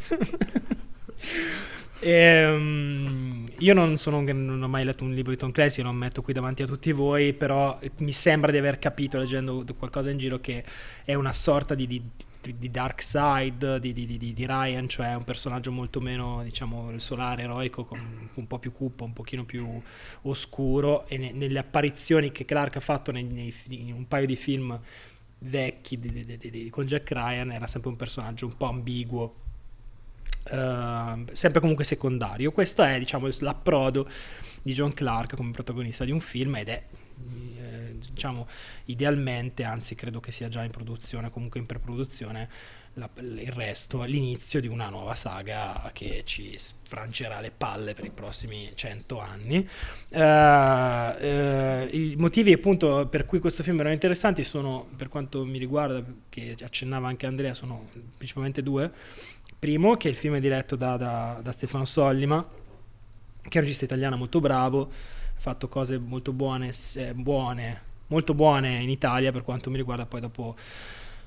Ehm, io non, sono, non ho mai letto un libro di Tom Clancy, non metto qui davanti a tutti voi, però mi sembra di aver capito leggendo qualcosa in giro che è una sorta di, di, di- di dark side di, di, di, di Ryan, cioè un personaggio molto meno, diciamo, solare, eroico, con, un po' più cupo, un pochino più oscuro, e ne- nelle apparizioni che Clark ha fatto nei, nei, in un paio di film vecchi di, di- di- di- con Jack Ryan era sempre un personaggio un po' ambiguo, Uh, sempre comunque secondario. Questo è, diciamo, l'approdo di John Clark come protagonista di un film, ed è eh, diciamo idealmente, anzi credo che sia già in produzione, comunque in preproduzione, la, il resto, l'inizio di una nuova saga che ci sfrancerà le palle per i prossimi cento anni. Uh, uh, i motivi appunto per cui questo film era interessante sono, per quanto mi riguarda, che accennava anche Andrea, sono principalmente due. Primo, che il film è diretto da, da, da Stefano Sollima, che è un regista italiano molto bravo, ha fatto cose molto buone, se- buone, molto buone in Italia per quanto mi riguarda, poi dopo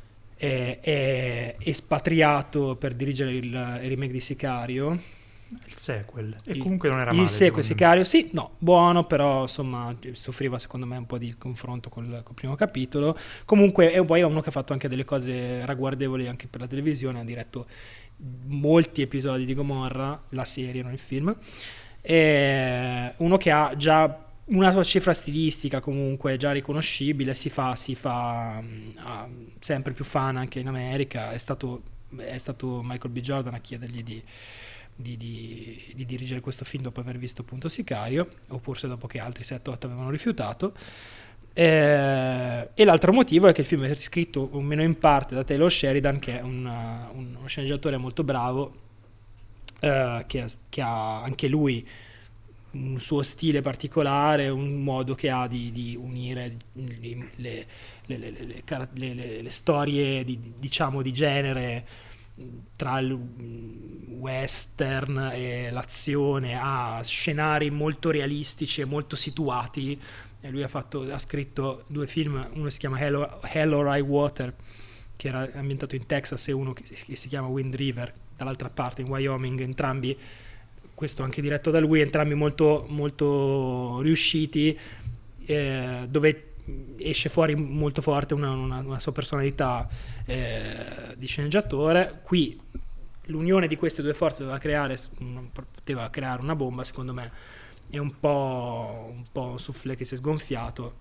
è, è espatriato per dirigere il, il remake di Sicario. Il sequel. E Il- comunque non era il male. sequel secondo me. Sicario, sì, no, buono, però insomma soffriva secondo me un po' di confronto col, col primo capitolo. Comunque è poi uno che ha fatto anche delle cose ragguardevoli anche per la televisione, ha diretto molti episodi di Gomorra, la serie, non il film. È uno che ha già una sua cifra stilistica comunque già riconoscibile, si fa, si fa mh, ha sempre più fan anche in America. È stato, è stato Michael B. Jordan a chiedergli di, di, di, di dirigere questo film dopo aver visto appunto Sicario, o forse dopo che altri sette otto avevano rifiutato. Eh, e l'altro motivo è che il film è scritto almeno in parte da Taylor Sheridan, che è una- un- uno sceneggiatore molto bravo, eh, che, ha- che ha anche lui un suo stile particolare, un modo che ha di, di unire le, le- le- le- le- le cara- le- le- le storie di, di- diciamo di genere tra il mm, western e l'azione a scenari molto realistici e molto situati. E lui ha, fatto, ha scritto due film, uno si chiama Hell or, Hell or High Water, che era ambientato in Texas, e uno che si, che si chiama Wind River, dall'altra parte in Wyoming, entrambi, questo anche diretto da lui, entrambi molto, molto riusciti, eh, dove esce fuori molto forte una, una- una sua personalità eh, di sceneggiatore. Qui l'unione di queste due forze doveva creare, poteva creare una bomba, secondo me. È un po' un po' un soufflé che si è sgonfiato.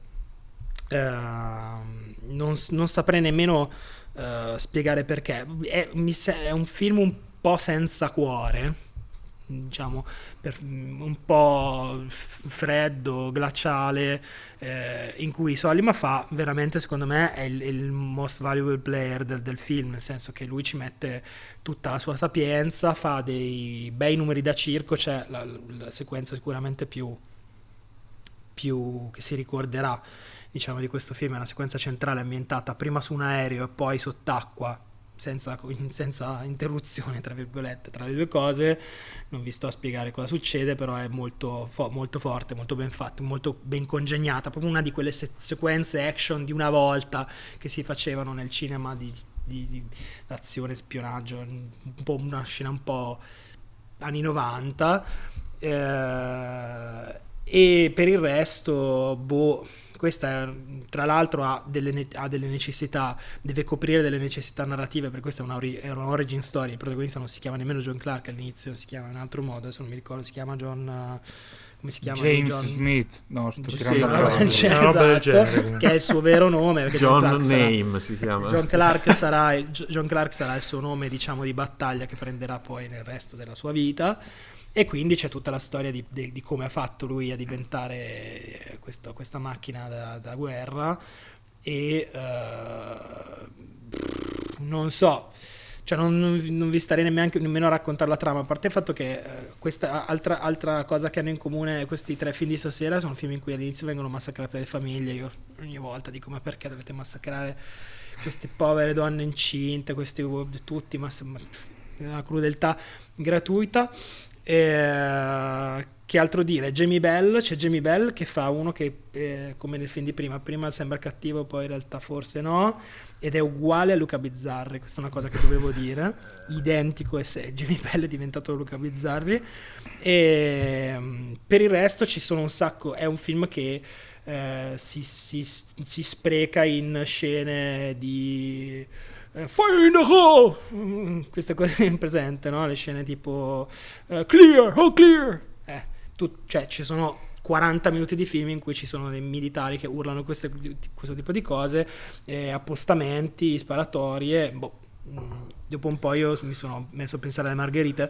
Ehm, non, non saprei nemmeno eh, spiegare perché. È, mi se- è un film un po' senza cuore, diciamo, per- un po' f- freddo, glaciale, eh, in cui Sollima fa veramente, secondo me, è il, il most valuable player del, del film, nel senso che lui ci mette tutta la sua sapienza, fa dei bei numeri da circo. C'è la, la sequenza sicuramente più, più che si ricorderà, diciamo, di questo film, è una sequenza centrale ambientata prima su un aereo e poi sott'acqua, senza, senza interruzione, tra virgolette, tra le due cose. Non vi sto a spiegare cosa succede, però è molto, fo- molto forte, molto ben fatta, molto ben congegnata, proprio una di quelle se- sequenze action di una volta che si facevano nel cinema di, di, di azione, spionaggio, un po' una scena un po' anni novanta. Eh, e per il resto, boh, questa è- tra l'altro ha delle, ne- ha delle necessità, deve coprire delle necessità narrative, per questa è una, ori- è una origin story. Il protagonista non si chiama nemmeno John Clark all'inizio, si chiama in un altro modo, adesso non mi ricordo, si chiama John, eh, come si chiama? James John- Smith. No, sto Sì, tirando una a roba caso. del cioè, Una roba del esatto, genere, comunque. che è il suo vero nome, perché John, John Clark sarà- Name si chiama. John Clark sarà John Clark sarà il suo nome, diciamo, di battaglia, che prenderà poi nel resto della sua vita. E quindi c'è tutta la storia di, di- di come ha fatto lui a diventare questo- questa macchina da, da guerra. E eh, non so, cioè non, non vi- non vi starei nemmeno, nemmeno a raccontare la trama, a parte il fatto che eh, questa altra, altra cosa che hanno in comune questi tre film di stasera sono film in cui all'inizio vengono massacrate le famiglie. Io ogni volta dico: ma perché dovete massacrare queste povere donne incinte, questi uo- tutti, ma ma- è una crudeltà gratuita. Eh, che altro dire? Jamie Bell, c'è Jamie Bell che fa uno che eh, come nel film di prima, prima sembra cattivo, poi in realtà forse no, ed è uguale a Luca Bizzarri. Questa è una cosa che dovevo dire, identico, e se Jamie Bell è diventato Luca Bizzarri. E mm, per il resto ci sono un sacco, è un film che eh, si, si- si spreca in scene di eh, fire in the hole. Mm, queste cose in presente, no? Le scene tipo eh, clear, oh clear, eh, tu- cioè ci sono quaranta minuti di film in cui ci sono dei militari che urlano queste- questo tipo di cose, eh, appostamenti, sparatorie. Boh, mm, dopo un po' io mi sono messo a pensare alle margherite,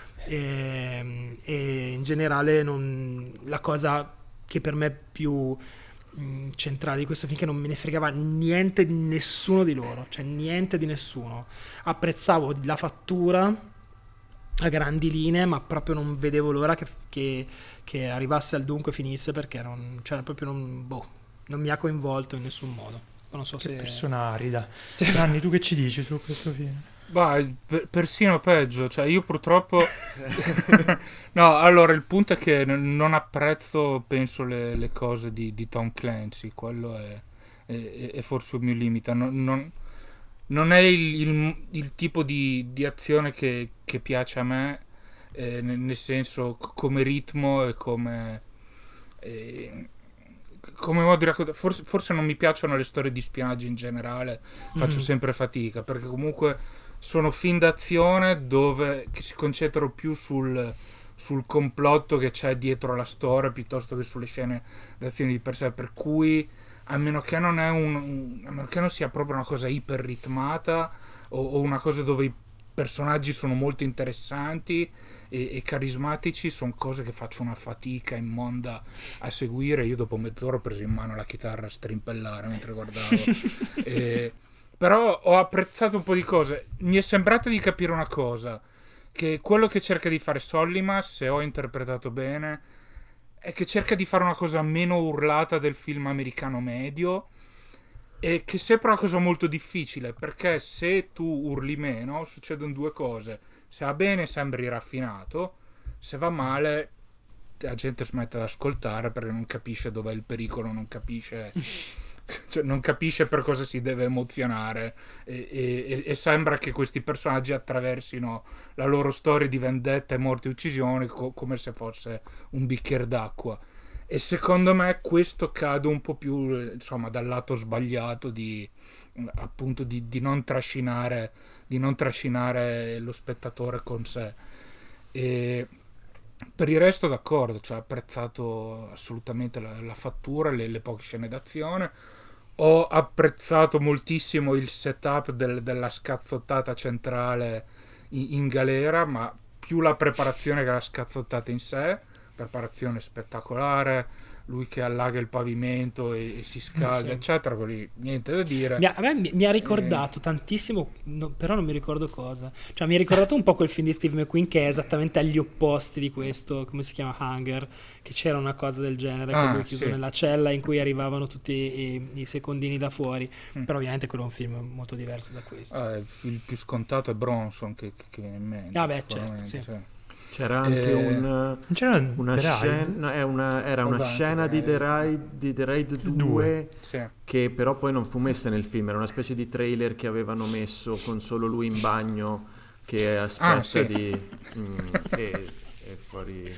e, e in generale non, la cosa che per me è più mh, centrale di questo film è che non me ne fregava niente di nessuno di loro, cioè niente di nessuno. Apprezzavo la fattura a grandi linee, ma proprio non vedevo l'ora che, che, che arrivasse al dunque e finisse, perché non, cioè proprio non, boh, non mi ha coinvolto in nessun modo. Non so Che se persona arida. Nanni, tu che ci dici su questo film? Bah, per- persino peggio, cioè io purtroppo no, allora il punto è che n- non apprezzo, penso, le, le cose di, di Tom Clancy, quello è, è- è forse il mio limite. Non, non- non è il, il- il tipo di, di azione che, che piace a me, eh, nel, nel senso c- come ritmo e come, eh, come modo di raccontare. Forse, forse non mi piacciono le storie di spionaggio in generale, faccio Mhm. sempre fatica, perché comunque sono film d'azione dove che si concentrano più sul, sul complotto che c'è dietro la storia piuttosto che sulle scene d'azione di per sé, per cui a meno che non è un, un- a meno che non sia proprio una cosa iper ritmata o, o una cosa dove i personaggi sono molto interessanti e, e carismatici, sono cose che faccio una fatica immonda a seguire. Io dopo mezz'ora ho preso in mano la chitarra a strimpellare mentre guardavo. E- però ho apprezzato un po' di cose. Mi è sembrato di capire una cosa, che quello che cerca di fare Sollima, se ho interpretato bene, è che cerca di fare una cosa meno urlata del film americano medio, e che sembra una cosa molto difficile, perché se tu urli meno succedono due cose: se va bene sembri raffinato, se va male la gente smette di ascoltare perché non capisce dov'è il pericolo, non capisce cioè, non capisce per cosa si deve emozionare, e, e- e sembra che questi personaggi attraversino la loro storia di vendetta e morte e uccisioni co- come se fosse un bicchiere d'acqua. E secondo me questo cade un po' più, eh, insomma, dal lato sbagliato di appunto di, di non trascinare di non trascinare lo spettatore con sé. E per il resto d'accordo, cioè ho apprezzato assolutamente la, la fattura, le, le poche scene d'azione. Ho apprezzato moltissimo il setup del- della scazzottata centrale in, in galera, ma più la preparazione che la scazzottata in sé. Preparazione spettacolare, lui che allaga il pavimento e, e si scalda, sì. eccetera, quelli, niente da dire. Mi ha- a me mi, mi ha Eh. ricordato tantissimo, no, però non mi ricordo cosa. Cioè, mi ha ricordato un po' quel film di Steve McQueen che è esattamente agli opposti di questo, come si chiama, Hunger, che c'era una cosa del genere, Ah, con lui chiuso sì. nella cella in cui arrivavano tutti i, i secondini da fuori. Mm. Però ovviamente quello è un film molto diverso da questo. Ah, il più scontato è Bronson che, che- che viene in mente. Ah, beh, sicuramente, certo, sì. C'era anche Eh, un, Non c'era una The Ride? scena, no, è una- era una Vabbè, anche scena di The The Raid. Raid, di The Raid Due. due Sì. che però poi non fu messa nel film, era una specie di trailer che avevano messo con solo lui in bagno che aspetta Ah, sì. di... mm, e, e fuori...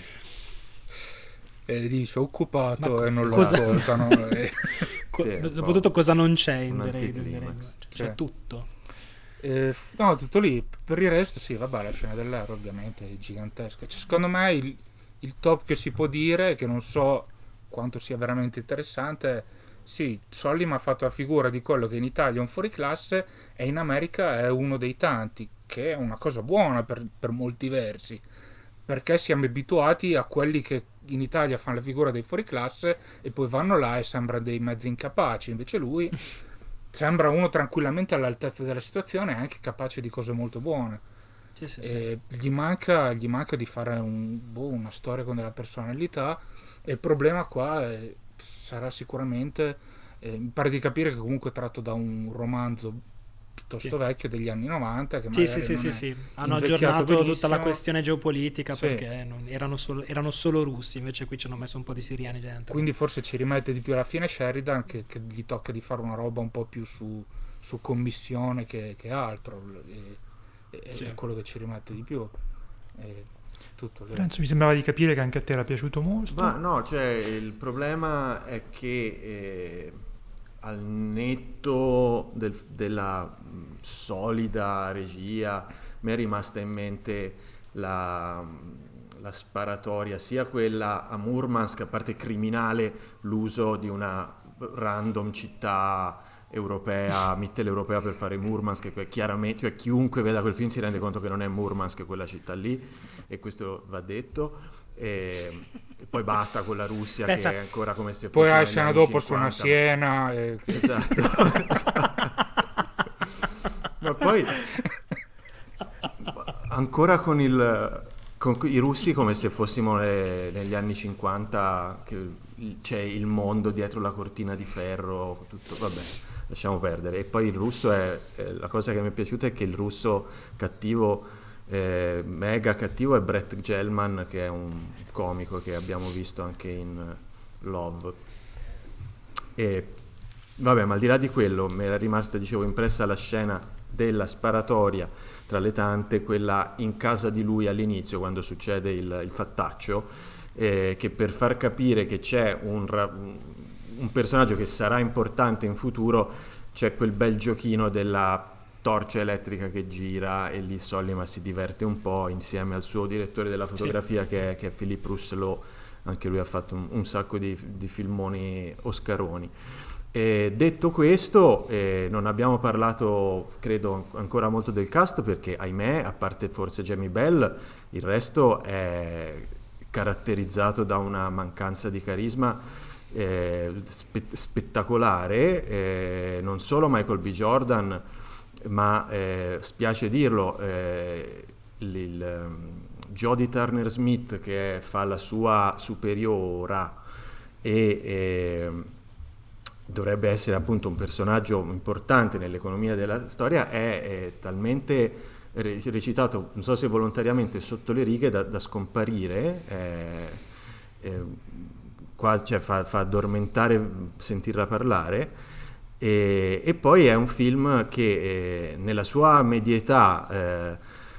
E dice occupato Ma e non lo cosa- ascoltano. e- Co- sì, un dopo po' tutto cosa non c'è in un The Raid? anticlimax. in The Raid? C'è Sì. tutto. Eh, no, tutto lì. Per il resto, sì, vabbè, la scena dell'aereo ovviamente è gigantesca. Cioè, secondo me il, il top che si può dire, che non so quanto sia veramente interessante, sì, Sollima ha fatto la figura di quello che in Italia è un fuoriclasse e in America è uno dei tanti, che è una cosa buona per, per molti versi, perché siamo abituati a quelli che in Italia fanno la figura dei fuoriclasse e poi vanno là e sembrano dei mezzi incapaci. Invece lui sembra uno tranquillamente all'altezza della situazione e anche capace di cose molto buone. Sì, sì, sì. E gli manca, gli manca di fare un- boh, una storia con della personalità, e il problema qua è- sarà sicuramente, eh, mi pare di capire che comunque è tratto da un romanzo piuttosto Sì. vecchio degli anni novanta, che Sì, magari sì, sì, non sì, è sì. Hanno invecchiato aggiornato tutta la benissimo. questione geopolitica Sì. perché non- erano, solo, erano solo russi, invece qui ci hanno messo un po' di siriani dentro. Quindi forse ci rimette di più alla fine Sheridan, che, che gli tocca di fare una roba un po' più su, su commissione che, che altro, e, e- Sì. è quello che ci rimette di più. E tutto lì. Renzo, mi sembrava di capire che anche a te era piaciuto molto. Ma no, cioè il problema è che eh, al netto del- della mh, solida regia mi è rimasta in mente la, mh, la sparatoria, sia quella a Murmansk, a parte criminale, l'uso di una random città europea, mitteleuropea per fare Murmansk, che chiaramente, cioè chiunque veda quel film si rende conto che non è Murmansk quella città lì, e questo va detto. E, e poi basta con la Russia Pensa- che è ancora come se Poi fosse la negli scena anni dopo su una cinquanta. Siena. e- Esatto. Ma poi ancora con il con i russi come se fossimo le- negli anni cinquanta, che il- c'è il mondo dietro la cortina di ferro, tutto, vabbè, lasciamo perdere. E poi il russo è, è- la cosa che mi è piaciuta è che il russo cattivo, eh, mega cattivo, è Brett Gelman, che è un comico che abbiamo visto anche in Love. E vabbè, ma al di là di quello mi era rimasta, dicevo, impressa la scena della sparatoria tra le tante, quella in casa di lui all'inizio quando succede il, il fattaccio, eh, che per far capire che c'è un, ra- un personaggio che sarà importante in futuro, c'è quel bel giochino della torcia elettrica che gira e lì Sollima si diverte un po' insieme al suo direttore della fotografia, sì, che è, che è Philippe Rousselot. Anche lui ha fatto un, un sacco di, di filmoni oscaroni. E detto questo, eh, non abbiamo parlato credo ancora molto del cast, perché ahimè, a parte forse Jamie Bell, il resto è caratterizzato da una mancanza di carisma eh, spe- spettacolare. Eh, non solo Michael B. Jordan, ma eh, spiace dirlo, eh, il, il Jodie Turner-Smith, che fa la sua superiora e eh, dovrebbe essere appunto un personaggio importante nell'economia della storia, è, è talmente re- recitato, non so se volontariamente, sotto le righe da, da scomparire, eh, eh, quasi, cioè fa, fa addormentare sentirla parlare. E, e poi è un film che eh, nella sua medietà eh,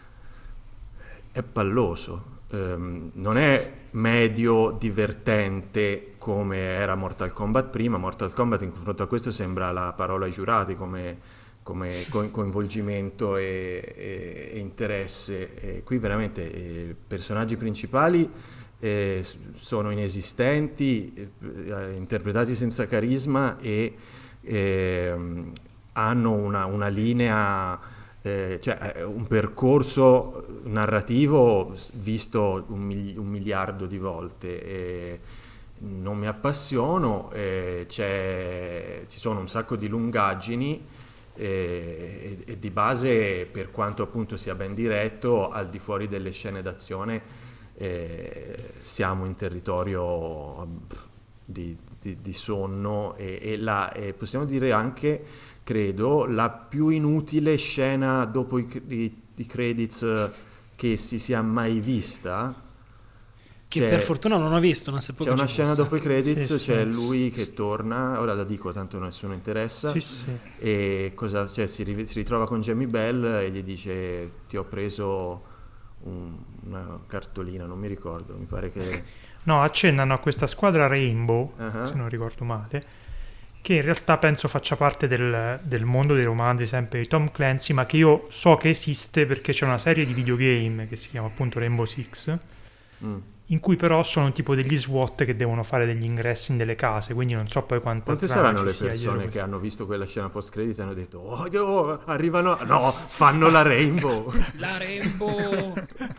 è palloso, um, non è medio divertente come era Mortal Kombat prima. Mortal Kombat in confronto a questo sembra la parola ai giurati come, come co- coinvolgimento e, e, e interesse. E qui veramente i personaggi principali eh, sono inesistenti, eh, interpretati senza carisma e eh, hanno una, una linea, eh, cioè un percorso narrativo visto un, mili- un miliardo di volte. E non mi appassiono, eh, c'è, ci sono un sacco di lungaggini eh, e, e di base, per quanto appunto sia ben diretto, al di fuori delle scene d'azione eh, siamo in territorio di, di, di sonno e, e, la, e possiamo dire anche, credo, la più inutile scena dopo i, i, i credits che si sia mai vista. Che C'è, per fortuna non ho visto, non sapevo c'è una scena fosse. dopo i credits, sì, c'è sì. lui che torna, ora la dico tanto nessuno interessa, Sì, sì. e cosa, cioè, si, ri- si ritrova con Jamie Bell e gli dice: ti ho preso un- una cartolina, non mi ricordo, mi pare che... No, accennano a questa squadra Rainbow, Uh-huh. se non ricordo male, che in realtà penso faccia parte del, del mondo dei romanzi sempre di Tom Clancy, ma che io so che esiste perché c'è una serie di videogame che si chiama appunto Rainbow Six, Mm. in cui però sono tipo degli SWAT che devono fare degli ingressi in delle case, quindi non so poi quanta Quante trama saranno ci le sia dietro persone che questo. hanno visto quella scena post credits e hanno detto: oh, oh, arrivano, no, fanno la Rainbow. La Rainbow.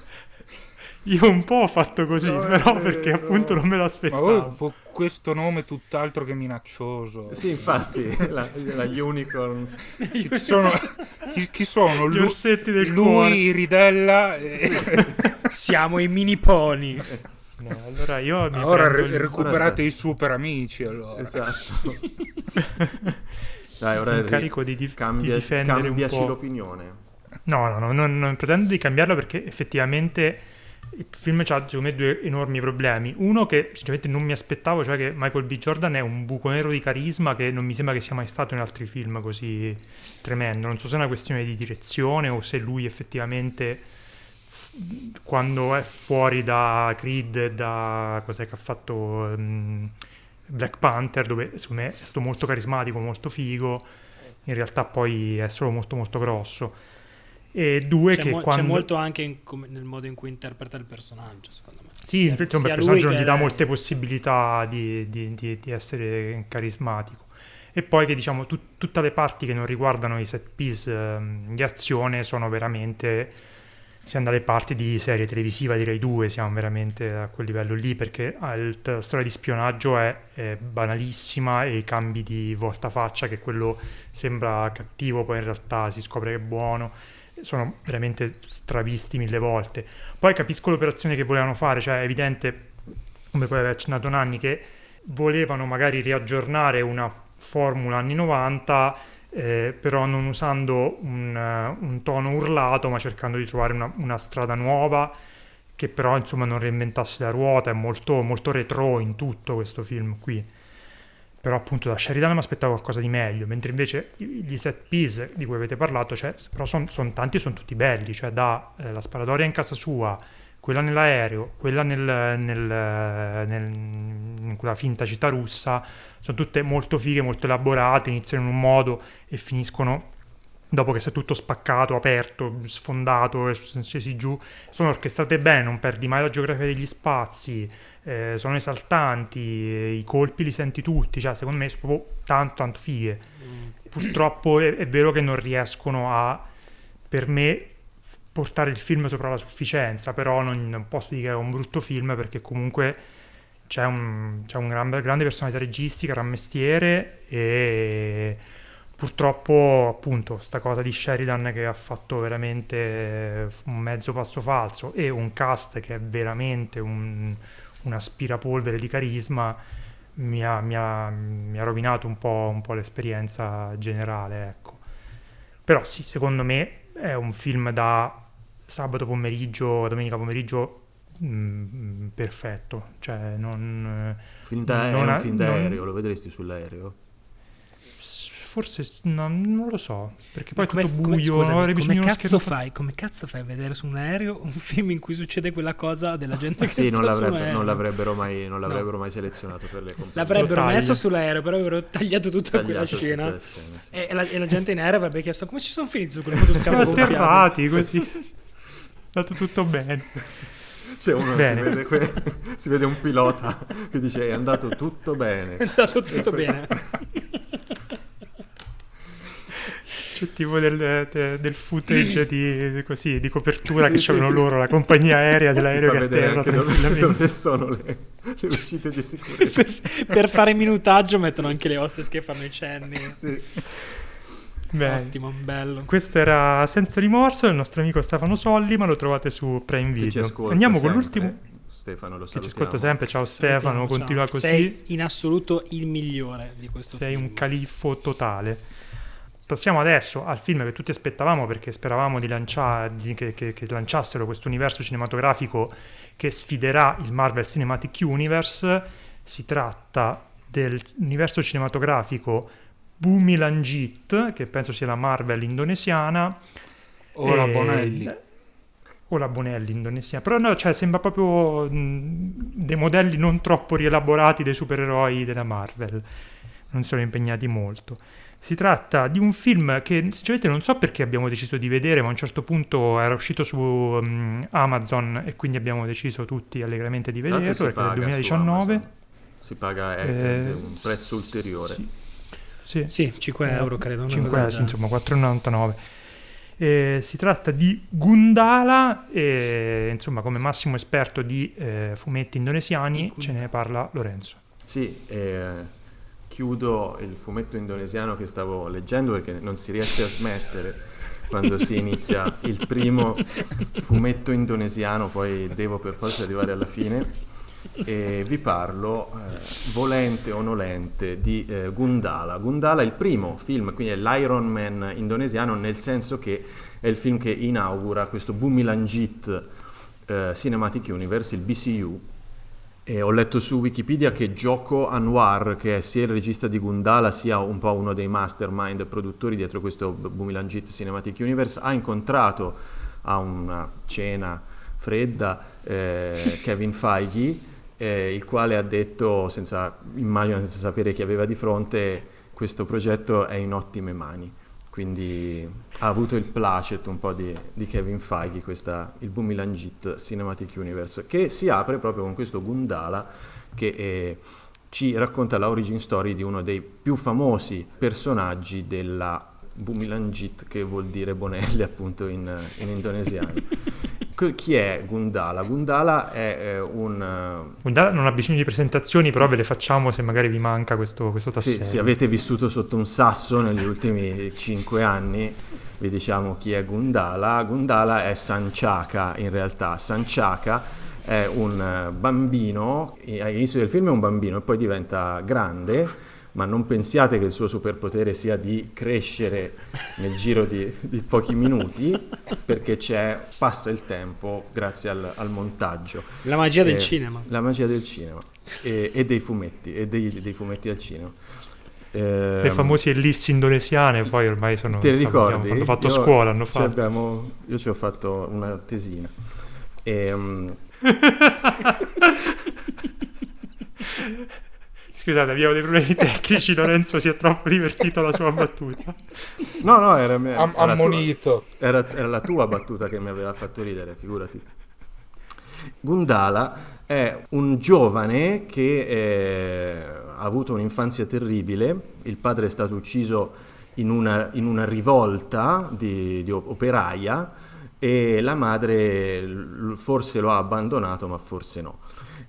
Io un po' ho fatto così, No, è però vero. perché appunto non me Ma l'aspettavo. oh, questo nome tutt'altro che minaccioso. Sì, infatti, la, la unicorn. Chi sono, chi, chi sono? Gli Lu- orsetti del cuore. lui, Ridella e... Siamo i mini pony. No, allora io mi Ora prendo re- il- recuperate sta- i super amici, allora. Esatto. Dai, ora in ri- carico di, dif- cambia- di difendere un cambiaci po'. l'opinione. No, no, no, non, non pretendo di cambiarlo perché effettivamente il film ha secondo me due enormi problemi. Uno che sinceramente non mi aspettavo, cioè che Michael B. Jordan è un buco nero di carisma che non mi sembra che sia mai stato in altri film così tremendo. Non so se è una questione di direzione o se lui effettivamente f- quando è fuori da Creed e da cos'è che ha fatto um, Black Panther, dove secondo me è stato molto carismatico, molto figo, in realtà poi è solo molto molto grosso. E due C'è, che mo- quando c'è molto anche in come- nel modo in cui interpreta il personaggio, secondo me. sì, Sia- infatti un sia personaggio lui non gli che dà lei. molte possibilità di, di- di- di essere carismatico. E poi che diciamo tut- tutte le parti che non riguardano i set piece ehm, di azione sono veramente, siamo dalle parti di serie televisiva, direi due, siamo veramente a quel livello lì, perché ah, il- la storia di spionaggio è, è banalissima e i cambi di voltafaccia, che quello sembra cattivo, poi in realtà si scopre che è buono, sono veramente stravisti mille volte. Poi capisco l'operazione che volevano fare, cioè è evidente, come poi aveva accennato Nanni, che volevano magari riaggiornare una formula anni novanta, eh, però non usando un, uh, un tono urlato, ma cercando di trovare una, una strada nuova, che però insomma non reinventasse la ruota. È molto, molto retro in tutto questo film qui. però appunto da Sheridan mi aspettavo qualcosa di meglio, mentre invece gli set piece di cui avete parlato, cioè, però sono son tanti e sono tutti belli, cioè da eh, la sparatoria in casa sua, quella nell'aereo, quella nel, nel, nel, in quella finta città russa, sono tutte molto fighe, molto elaborate, iniziano in un modo e finiscono dopo che si è tutto spaccato, aperto, sfondato e scesi giù. Sono orchestrate bene, non perdi mai la geografia degli spazi, eh, sono esaltanti, eh, i colpi li senti tutti, cioè secondo me sono proprio tanto tanto fighe. Mm. Purtroppo è, è vero che non riescono a, per me, portare il film sopra la sufficienza, però non, non posso dire che è un brutto film, perché comunque c'è un, c'è un gran, grande personalità registica, gran mestiere, e purtroppo appunto sta cosa di Sheridan che ha fatto veramente un mezzo passo falso e un cast che è veramente un, un aspirapolvere di carisma mi ha, mi ha, mi ha rovinato un po', un po' l'esperienza generale, ecco. Però sì, secondo me è un film da sabato pomeriggio, domenica pomeriggio mh, perfetto, cioè non... Film da, non è un ha, film d'aereo, non... lo vedresti sull'aereo? Forse non, non lo so, perché poi è come, tutto come, buio, scusami, non avrei come bisogno di uno cazzo schermo. fai? Come cazzo fai a vedere su un aereo un film in cui succede quella cosa della gente che sì, sta non, su un l'avrebbe, aereo? non l'avrebbero mai, non l'avrebbero no. mai selezionato per le compagnie. L'avrebbero messo sull'aereo, però avrebbero tagliato tutta Tagliato quella scena, tutta scena sì. e, la, e la gente in aereo avrebbe chiesto come ci sono finiti su quel fotoscambio Siamo sterrati così, è andato tutto bene. C'è uno, si vede, que- si vede un pilota che dice è andato tutto bene. È andato tutto bene. C'è tipo del, de, del footage di, così, di copertura sì, che sì, c'avevano sì. loro, la compagnia aerea dell'aereo che atterra dove, dove sono le, le uscite di sicurezza. per, per fare minutaggio mettono anche le hostess che fanno i cenni. Sì. Beh, ottimo, bello. Questo era Senza rimorso del nostro amico Stefano Solli, ma lo trovate su Prime Video. Andiamo sempre. con l'ultimo. Stefano, lo che ci ascolta sempre. Ciao Salutiamo, Stefano, ciao. continua così. Sei in assoluto il migliore di questo Sei film. un califfo totale. Passiamo adesso al film che tutti aspettavamo, perché speravamo di lanciare, di, che, che, che lanciassero questo universo cinematografico che sfiderà il Marvel Cinematic Universe. Si tratta dell'universo cinematografico Bumilangit, che penso sia la Marvel indonesiana. O la Bonelli. O la Bonelli indonesiana. Però no, cioè, sembra proprio mh, dei modelli non troppo rielaborati dei supereroi della Marvel. Non sono impegnati molto. Si tratta di un film che sinceramente non so perché abbiamo deciso di vedere, ma a un certo punto era uscito su um, Amazon e quindi abbiamo deciso tutti allegramente di vederlo, perché è del duemiladiciannove. Si paga è, eh, un prezzo ulteriore. Sì, sì. sì cinque euro credo. cinque, sì, insomma, quattro virgola novantanove. Eh, si tratta di Gundala e insomma come massimo esperto di eh, fumetti indonesiani ce ne parla Lorenzo. Sì, eh... chiudo il fumetto indonesiano che stavo leggendo perché non si riesce a smettere quando si inizia il primo fumetto indonesiano, poi devo per forza arrivare alla fine e vi parlo eh, volente o nolente di eh, Gundala. Gundala è il primo film, quindi è l'Iron Man indonesiano, nel senso che è il film che inaugura questo Bumilangit eh, Cinematic Universe, il B C U. E ho letto su Wikipedia che Joko Anwar, che è sia il regista di Gundala sia un po' uno dei mastermind produttori dietro questo Bumilangit Cinematic Universe, ha incontrato a una cena fredda eh, Kevin Feige, eh, il quale ha detto, senza immagino senza sapere chi aveva di fronte, questo progetto è in ottime mani. Quindi ha avuto il placet un po' di, di Kevin Feige, questa, il Bumilangit Cinematic Universe, che si apre proprio con questo Gundala che eh, ci racconta la origin story di uno dei più famosi personaggi della Bumilangit, che vuol dire Bonelli appunto in, in indonesiano. Chi è Gundala? Gundala è eh, un... Gundala non ha bisogno di presentazioni, però ve le facciamo se magari vi manca questo, questo tassello. Sì, se avete vissuto sotto un sasso negli ultimi cinque anni, vi diciamo chi è Gundala. Gundala è Sanchaka in realtà. Sanchaka è un bambino, all'inizio del film è un bambino e poi diventa grande, ma non pensiate che il suo superpotere sia di crescere nel giro di, di pochi minuti, perché c'è, passa il tempo grazie al, al montaggio. La magia del Eh, cinema. La magia del cinema e, e dei fumetti, e dei, dei fumetti al cinema. Le Ehm, famose ellissi indonesiane, poi ormai sono... Te le insomma, ricordi? Hanno fatto Io- scuola, hanno ci fatto. abbiamo- io ci ho fatto una tesina. Ehm, Scusate, abbiamo dei problemi tecnici, Lorenzo si è troppo divertito alla sua battuta. no, no, era, me- Am- era, tua, ammonito. era, era la tua battuta che mi aveva fatto ridere, figurati. Gundala è un giovane che eh, ha avuto un'infanzia terribile. Il padre è stato ucciso in una, in una rivolta di, di operaia e la madre l- forse lo ha abbandonato, ma forse no.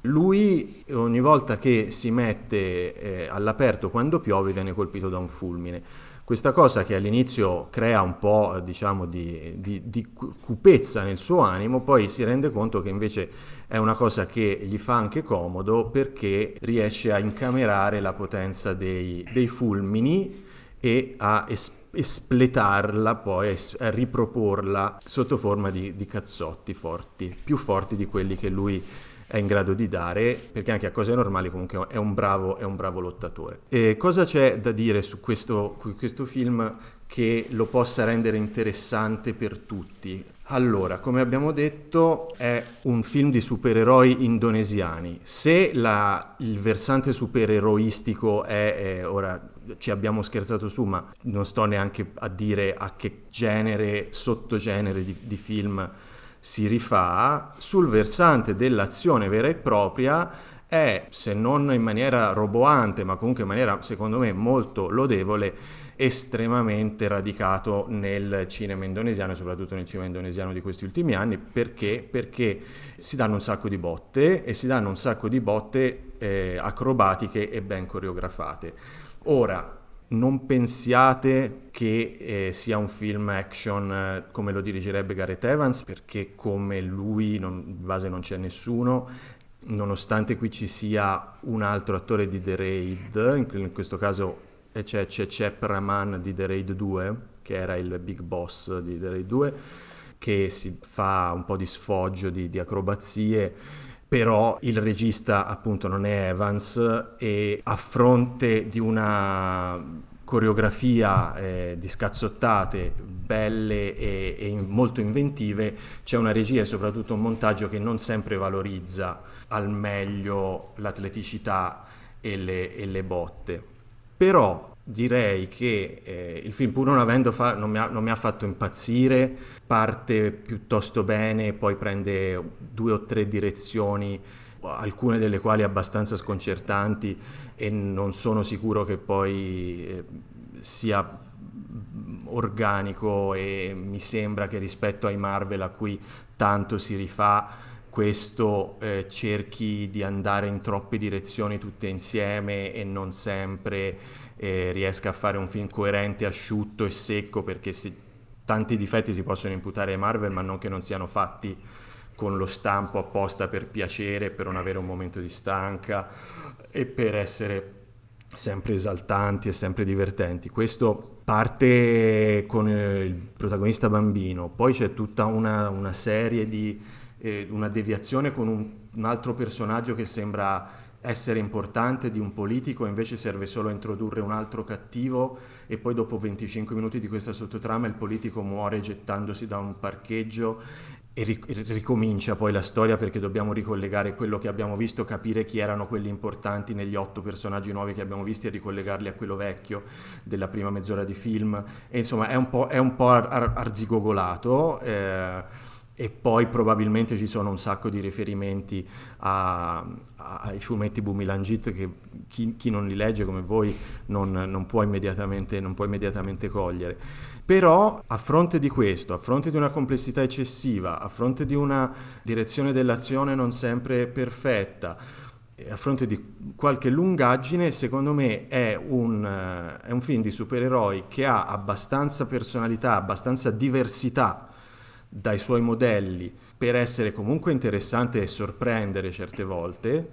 Lui ogni volta che si mette eh, all'aperto quando piove viene colpito da un fulmine. Questa cosa che all'inizio crea un po', eh, diciamo, di, di, di cu- cupezza nel suo animo, poi si rende conto che invece è una cosa che gli fa anche comodo, perché riesce a incamerare la potenza dei, dei fulmini e a es- espletarla, poi a es- a riproporla sotto forma di, di cazzotti forti, più forti di quelli che lui è in grado di dare, perché anche a cose normali comunque è un bravo, è un bravo lottatore. E cosa c'è da dire su questo, questo film che lo possa rendere interessante per tutti? Allora, come abbiamo detto, è un film di supereroi indonesiani. Se la, il versante supereroistico è, è, ora ci abbiamo scherzato su, ma non sto neanche a dire a che genere, sottogenere di, di film si rifà, sul versante dell'azione vera e propria è, se non in maniera roboante, ma comunque in maniera, secondo me, molto lodevole, estremamente radicato nel cinema indonesiano e soprattutto nel cinema indonesiano di questi ultimi anni. Perché? Perché si danno un sacco di botte e si danno un sacco di botte eh, acrobatiche e ben coreografate. Ora, non pensiate che eh, sia un film action eh, come lo dirigerebbe Gareth Evans, perché come lui non, in base non c'è nessuno, nonostante qui ci sia un altro attore di The Raid, in, in questo caso eh, c'è, c'è Cep Rahman di The Raid due, che era il big boss di The Raid due, che si fa un po' di sfoggio, di, di acrobazie. Però il regista appunto non è Evans e a fronte di una coreografia eh, di scazzottate belle e, e molto inventive, c'è una regia e soprattutto un montaggio che non sempre valorizza al meglio l'atleticità e le, e le botte. Però direi che eh, il film, pur non avendo fa- non, mi ha, non mi ha fatto impazzire, parte piuttosto bene, poi prende due o tre direzioni, alcune delle quali abbastanza sconcertanti, e non sono sicuro che poi eh, sia organico, e mi sembra che rispetto ai Marvel a cui tanto si rifà, questo eh, cerchi di andare in troppe direzioni tutte insieme e non sempre eh, riesca a fare un film coerente, asciutto e secco, perché si, tanti difetti si possono imputare ai Marvel, ma non che non siano fatti con lo stampo apposta per piacere, per non avere un momento di stanca e per essere sempre esaltanti e sempre divertenti. Questo parte con il protagonista bambino, poi c'è tutta una, una serie di eh, una deviazione con un, un altro personaggio che sembra essere importante, di un politico, invece serve solo a introdurre un altro cattivo, e poi dopo venticinque minuti di questa sottotrama il politico muore gettandosi da un parcheggio e ric- ricomincia poi la storia, perché dobbiamo ricollegare quello che abbiamo visto, capire chi erano quelli importanti negli otto personaggi nuovi che abbiamo visti e ricollegarli a quello vecchio della prima mezz'ora di film, e insomma è un po', è un po' ar- ar- arzigogolato, eh, e poi probabilmente ci sono un sacco di riferimenti a, a, ai fumetti Bumilangit che chi, chi non li legge come voi non, non può immediatamente, non può immediatamente cogliere. Però a fronte di questo, a fronte di una complessità eccessiva, a fronte di una direzione dell'azione non sempre perfetta, a fronte di qualche lungaggine, secondo me è un, uh, è un film di supereroi che ha abbastanza personalità, abbastanza diversità dai suoi modelli per essere comunque interessante e sorprendere certe volte,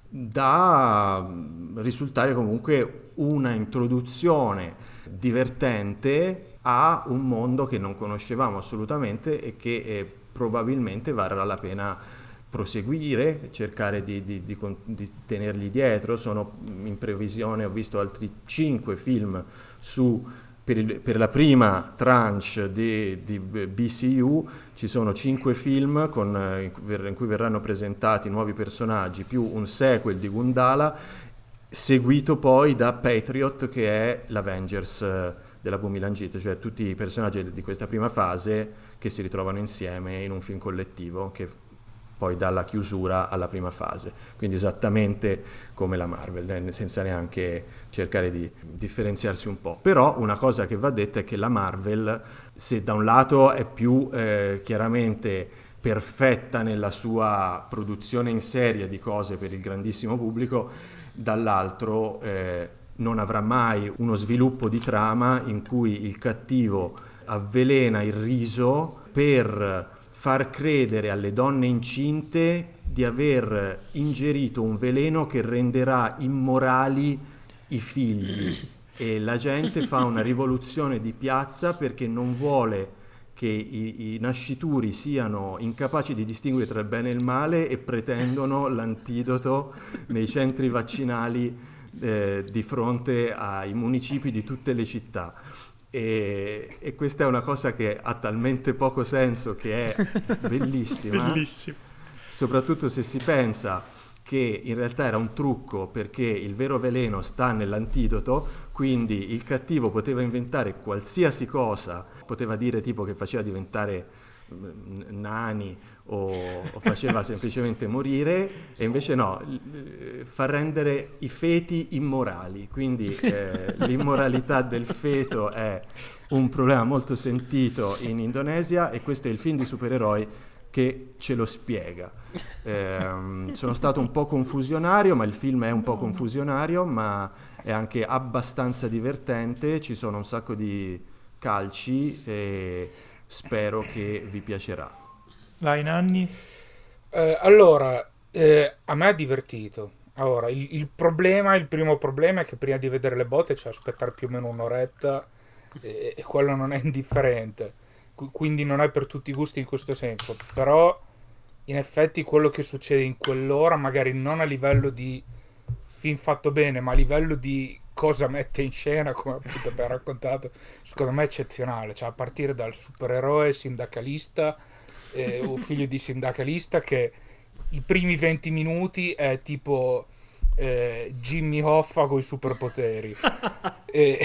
da risultare comunque una introduzione divertente a un mondo che non conoscevamo assolutamente e che eh, probabilmente varrà la pena proseguire, cercare di, di, di, di tenerli dietro. Sono in previsione, ho visto altri cinque film su, per, il, per la prima tranche di, di B C U, ci sono cinque film con, in cui verranno presentati nuovi personaggi, più un sequel di Gundala, seguito poi da Patriot, che è l'Avengers della Bumilangit, cioè tutti i personaggi di questa prima fase che si ritrovano insieme in un film collettivo che poi dà la chiusura alla prima fase, quindi esattamente come la Marvel, senza neanche cercare di differenziarsi un po'. Però una cosa che va detta è che la Marvel, se da un lato è più eh, chiaramente perfetta nella sua produzione in serie di cose per il grandissimo pubblico, dall'altro eh, non avrà mai uno sviluppo di trama in cui il cattivo avvelena il riso per far credere alle donne incinte di aver ingerito un veleno che renderà immorali i figli, e la gente fa una rivoluzione di piazza perché non vuole che i, i nascituri siano incapaci di distinguere tra il bene e il male e pretendono l'antidoto nei centri vaccinali eh, di fronte ai municipi di tutte le città. E, e questa è una cosa che ha talmente poco senso che è bellissima. Bellissimo. Soprattutto se si pensa che in realtà era un trucco, perché il vero veleno sta nell'antidoto, quindi il cattivo poteva inventare qualsiasi cosa, poteva dire tipo che faceva diventare nani o, o faceva semplicemente morire, e invece no, fa rendere i feti immorali, quindi eh, l'immoralità del feto è un problema molto sentito in Indonesia, e questo è il film di supereroi che ce lo spiega. Eh, sono stato un po' confusionario, ma il film è un po' confusionario, ma è anche abbastanza divertente, ci sono un sacco di calci e spero che vi piacerà. Vai Nanni. Eh, allora, eh, a me è divertito. Allora, il, il problema, il primo problema è che prima di vedere le botte c'è da aspettare più o meno un'oretta, e, e quello non è indifferente. Qu- quindi non è per tutti i gusti in questo senso. Però, in effetti, quello che succede in quell'ora, magari non a livello di film fatto bene, ma a livello di cosa mette in scena, come appunto abbiamo raccontato, secondo me è eccezionale. Cioè, a partire dal supereroe sindacalista, eh, o figlio di sindacalista, che i primi venti minuti è tipo eh, Jimmy Hoffa con i superpoteri, e,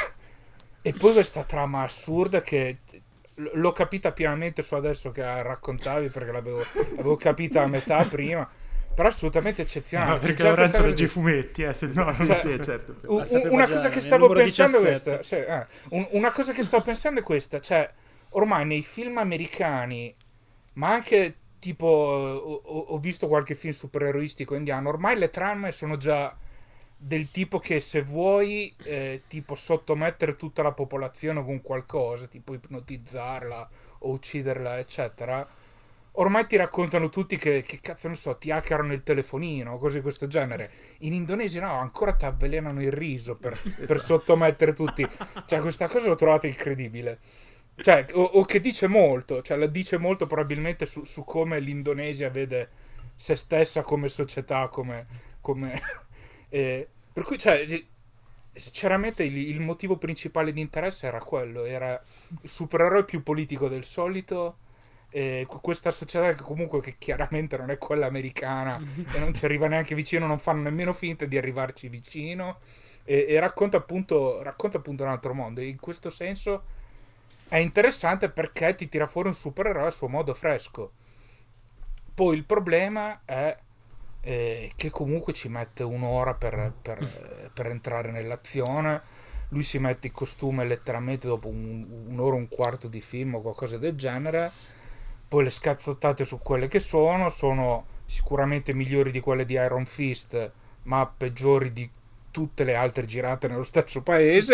e poi questa trama assurda che l- l'ho capita pienamente su adesso che raccontavi, perché l'avevo, l'avevo capita a metà prima. Però assolutamente eccezionale. No, perché Già Lorenzo questa legge i cosa- fumetti, eh, se no non Cioè, Sì, certo. U- La sapevo una già, cosa che nel stavo numero pensando è diciassette. questa, cioè, eh, un- una cosa che sto pensando è questa, cioè ormai nei film americani, ma anche tipo ho, ho- ho visto qualche film supereroistico indiano, ormai le trame sono già del tipo che se vuoi eh, tipo sottomettere tutta la popolazione con qualcosa, tipo ipnotizzarla o ucciderla, eccetera, ormai ti raccontano tutti che, che cazzo ne so, ti hackerano il telefonino, cose di questo genere. In Indonesia no, ancora ti avvelenano il riso per, per sottomettere tutti. Cioè, questa cosa l'ho trovata incredibile. Cioè, o, o che dice molto, cioè la dice molto probabilmente su, su come l'Indonesia vede se stessa come società, come... come eh, per cui, cioè, sinceramente il, il motivo principale di interesse era quello, era il supereroe più politico del solito, eh, questa società che comunque che chiaramente non è quella americana e non ci arriva neanche vicino, non fanno nemmeno finta di arrivarci vicino, e, e racconta appunto racconta appunto un altro mondo, e in questo senso è interessante perché ti tira fuori un supereroe a suo modo fresco. Poi il problema è eh, che comunque ci mette un'ora per, per, per entrare nell'azione. Lui si mette il costume letteralmente dopo un, un'ora e un quarto di film o qualcosa del genere. Poi le scazzottate su quelle che sono sono sicuramente migliori di quelle di Iron Fist, ma peggiori di tutte le altre girate nello stesso paese.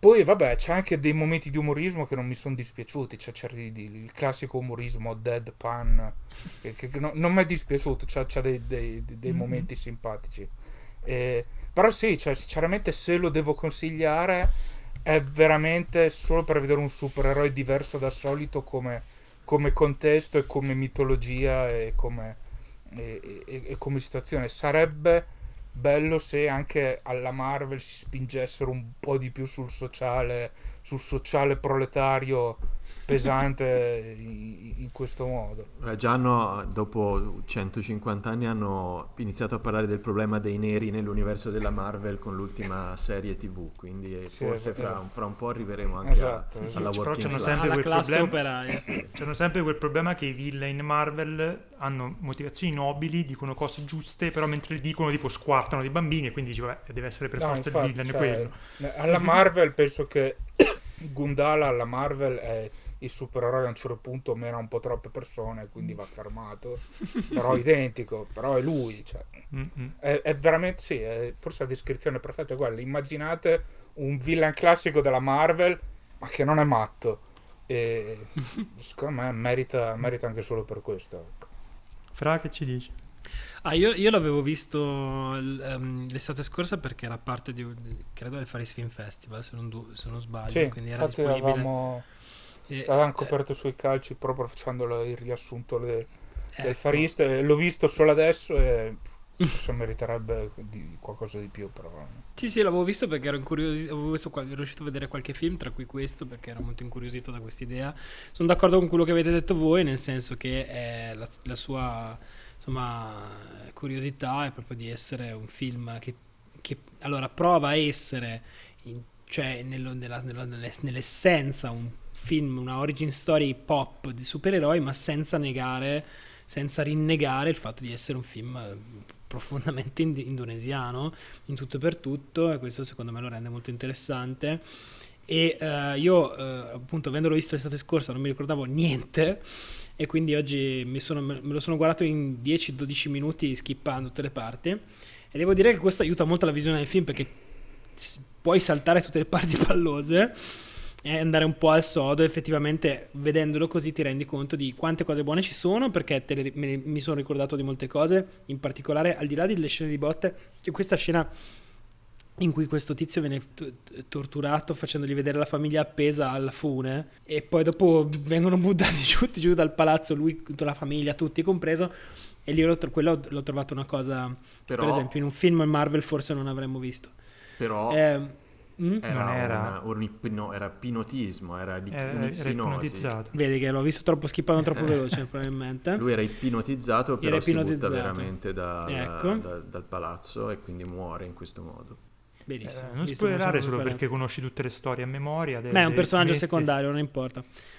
poi vabbè, c'è anche dei momenti di umorismo che non mi sono dispiaciuti, cioè c'è il, il classico umorismo deadpan che, che no, non mi è dispiaciuto, c'ha, c'ha dei, dei, dei Mm-hmm. momenti simpatici. Eh, però sì, cioè, sinceramente se lo devo consigliare è veramente solo per vedere un supereroe diverso dal solito come, come contesto e come mitologia e come, e, e, e come situazione. Sarebbe bello se anche alla Marvel si spingessero un po' di più sul sociale, sul sociale proletario pesante in, in questo modo. Eh, Già hanno, dopo centocinquanta anni, hanno iniziato a parlare del problema dei neri nell'universo della Marvel con l'ultima serie tivù, quindi eh, Sì, forse esatto. fra, un- fra un po' arriveremo anche Esatto, a- esatto. alla Sì, però working c'hanno class. sempre alla quel classe problema- operaia. C'hanno sempre quel problema che i villain Marvel hanno motivazioni nobili, dicono cose giuste, però mentre le dicono tipo squartano dei bambini e quindi dici vabbè deve essere per No, forza infatti, il villain cioè, quello. alla Marvel penso che Gundala alla Marvel è il supereroe, a un certo punto mena un po' troppe persone, quindi va fermato, però identico, però è lui, cioè, Mm-mm. è, è veramente, sì, è, forse la descrizione perfetta è quella. Immaginate un villain classico della Marvel ma che non è matto, e secondo me merita, merita anche solo per questo, ecco. Fra, che ci dici? Ah, io, io l'avevo visto l- ehm, l'estate scorsa perché era parte di, di- credo del Faris Film Festival, se non, du- se non sbaglio, Sì, quindi era infatti disponibile. avevamo, E- avevamo eh, coperto sui calci proprio facendo la- il riassunto del, del ecco. Farist, e l'ho visto solo adesso e forse meriterebbe di qualcosa di più, però Sì, sì, l'avevo visto perché ero incuriosito, avevo visto qual- ero riuscito a vedere qualche film, tra cui questo, perché ero molto incuriosito da quest'idea. Sono d'accordo con quello che avete detto voi, nel senso che è la, la sua, insomma, curiosità è proprio di essere un film che, che allora prova a essere, in- cioè nello- nella- nella- nell'ess- nell'essenza un film, una origin story pop di supereroi, ma senza negare, senza rinnegare il fatto di essere un film eh, profondamente ind- indonesiano in tutto e per tutto, e questo secondo me lo rende molto interessante. E eh, io eh, appunto avendolo visto l'estate scorsa non mi ricordavo niente, e quindi oggi mi sono- me me lo sono guardato in dieci dodici minuti skippando tutte le parti, e devo dire che questo aiuta molto la visione del film perché s- puoi saltare tutte le parti pallose e andare un po' al sodo. Effettivamente vedendolo così ti rendi conto di quante cose buone ci sono, perché te le- me ne- mi sono ricordato di molte cose, in particolare al di là delle scene di botte, c'è questa scena in cui questo tizio viene t- torturato facendogli vedere la famiglia appesa alla fune, e poi dopo vengono buttati giù, giù dal palazzo, lui, tutta la famiglia, tutti compreso, e lì l'ho, tro- quello l'ho trovato una cosa che, Però- per esempio in un film Marvel forse non avremmo visto. Però Eh, mm? era, Non era- una- un ipno- era pinotismo, era di Era, era un'ipnosi. ipnotizzato. Vedi che l'ho visto troppo, skippando troppo veloce probabilmente. Lui era ipnotizzato, però Era si butta ipnotizzato. veramente da- Ecco. da- dal palazzo e quindi muore in questo modo. Benissimo. Eh, non visto come spoilerare sono solo preparato. perché conosci tutte le storie a memoria. Beh, è un personaggio metti- secondario, non importa.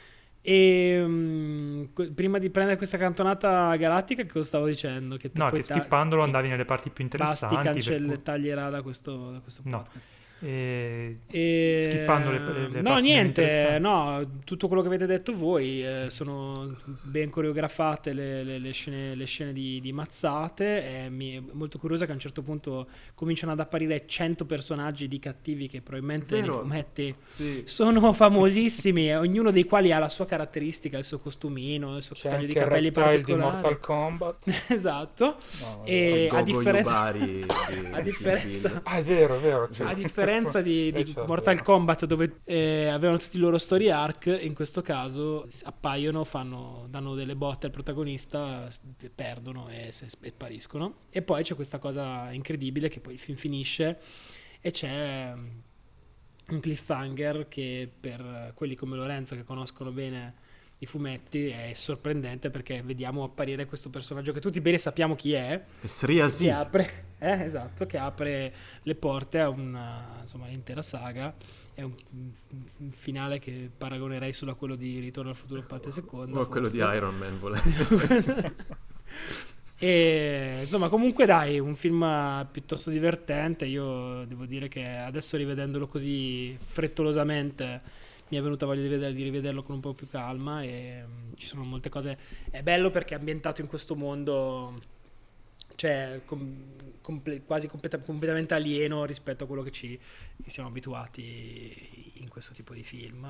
E mm, que- prima di prendere questa cantonata galattica, che cosa stavo dicendo? Che No, poi che ta- skippandolo che andavi nelle parti più interessanti. Basti per cancell- cui- taglierà da questo, da questo No. podcast. e- E... Skippando le- le- le no, parti niente, interessanti. no, tutto quello che avete detto voi, eh, sono ben coreografate le, le- le scene, le scene di, di mazzate, e mi è molto curiosa che a un certo punto cominciano ad apparire cento personaggi di cattivi che probabilmente Vero. nei fumetti Sì. sono famosissimi, e ognuno dei quali ha la sua caratteristica, il suo costumino, il suo c'è taglio anche di il capelli reptile di particolari. Mortal Kombat. Esatto. No, E a Gogo differenza, Yubari di- a di differenza- Kill Bill. ah, è vero, è vero, c'è- a differenza di, di Eh, certo. Mortal Kombat, dove eh, avevano tutti i loro story arc, in questo caso s- appaiono, fanno, danno delle botte al protagonista, s- perdono e, se- e spariscono. E poi c'è questa cosa incredibile che poi il film finisce e c'è mm, un cliffhanger che per quelli come Lorenzo che conoscono bene i fumetti è sorprendente, perché vediamo apparire questo personaggio che tutti bene sappiamo chi è, E Sria sì. che apre, eh, esatto, che apre le porte a una, insomma, l'intera saga. È un, un finale che paragonerei solo a quello di Ritorno al futuro parte seconda, O a quello di forse. Iron Man, volendo. E insomma, comunque dai, un film piuttosto divertente. Io devo dire che adesso, rivedendolo così frettolosamente, mi è venuta voglia di, vedere, di rivederlo con un po' più calma, e mm, ci sono molte cose. È bello perché è ambientato in questo mondo cioè com- comple- quasi completa- completamente alieno rispetto a quello che ci che siamo abituati in questo tipo di film,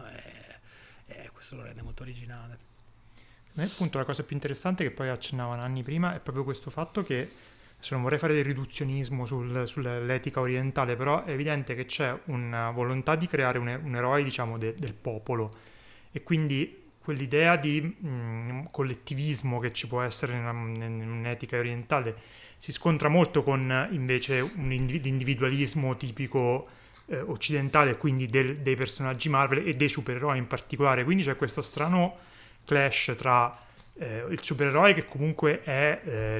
e, e questo lo rende molto originale. A me appunto la cosa più interessante, che poi accennavano anni prima, è proprio questo fatto che, adesso non vorrei fare del riduzionismo sul- sull'etica orientale, però è evidente che c'è una volontà di creare un, un eroe, diciamo, de- del popolo, e quindi quell'idea di mh, collettivismo che ci può essere in, una- in un'etica orientale si scontra molto con invece un indi- l'individualismo tipico eh, occidentale, quindi del- dei personaggi Marvel e dei supereroi in particolare. Quindi c'è questo strano clash tra eh, il supereroe, che comunque è eh,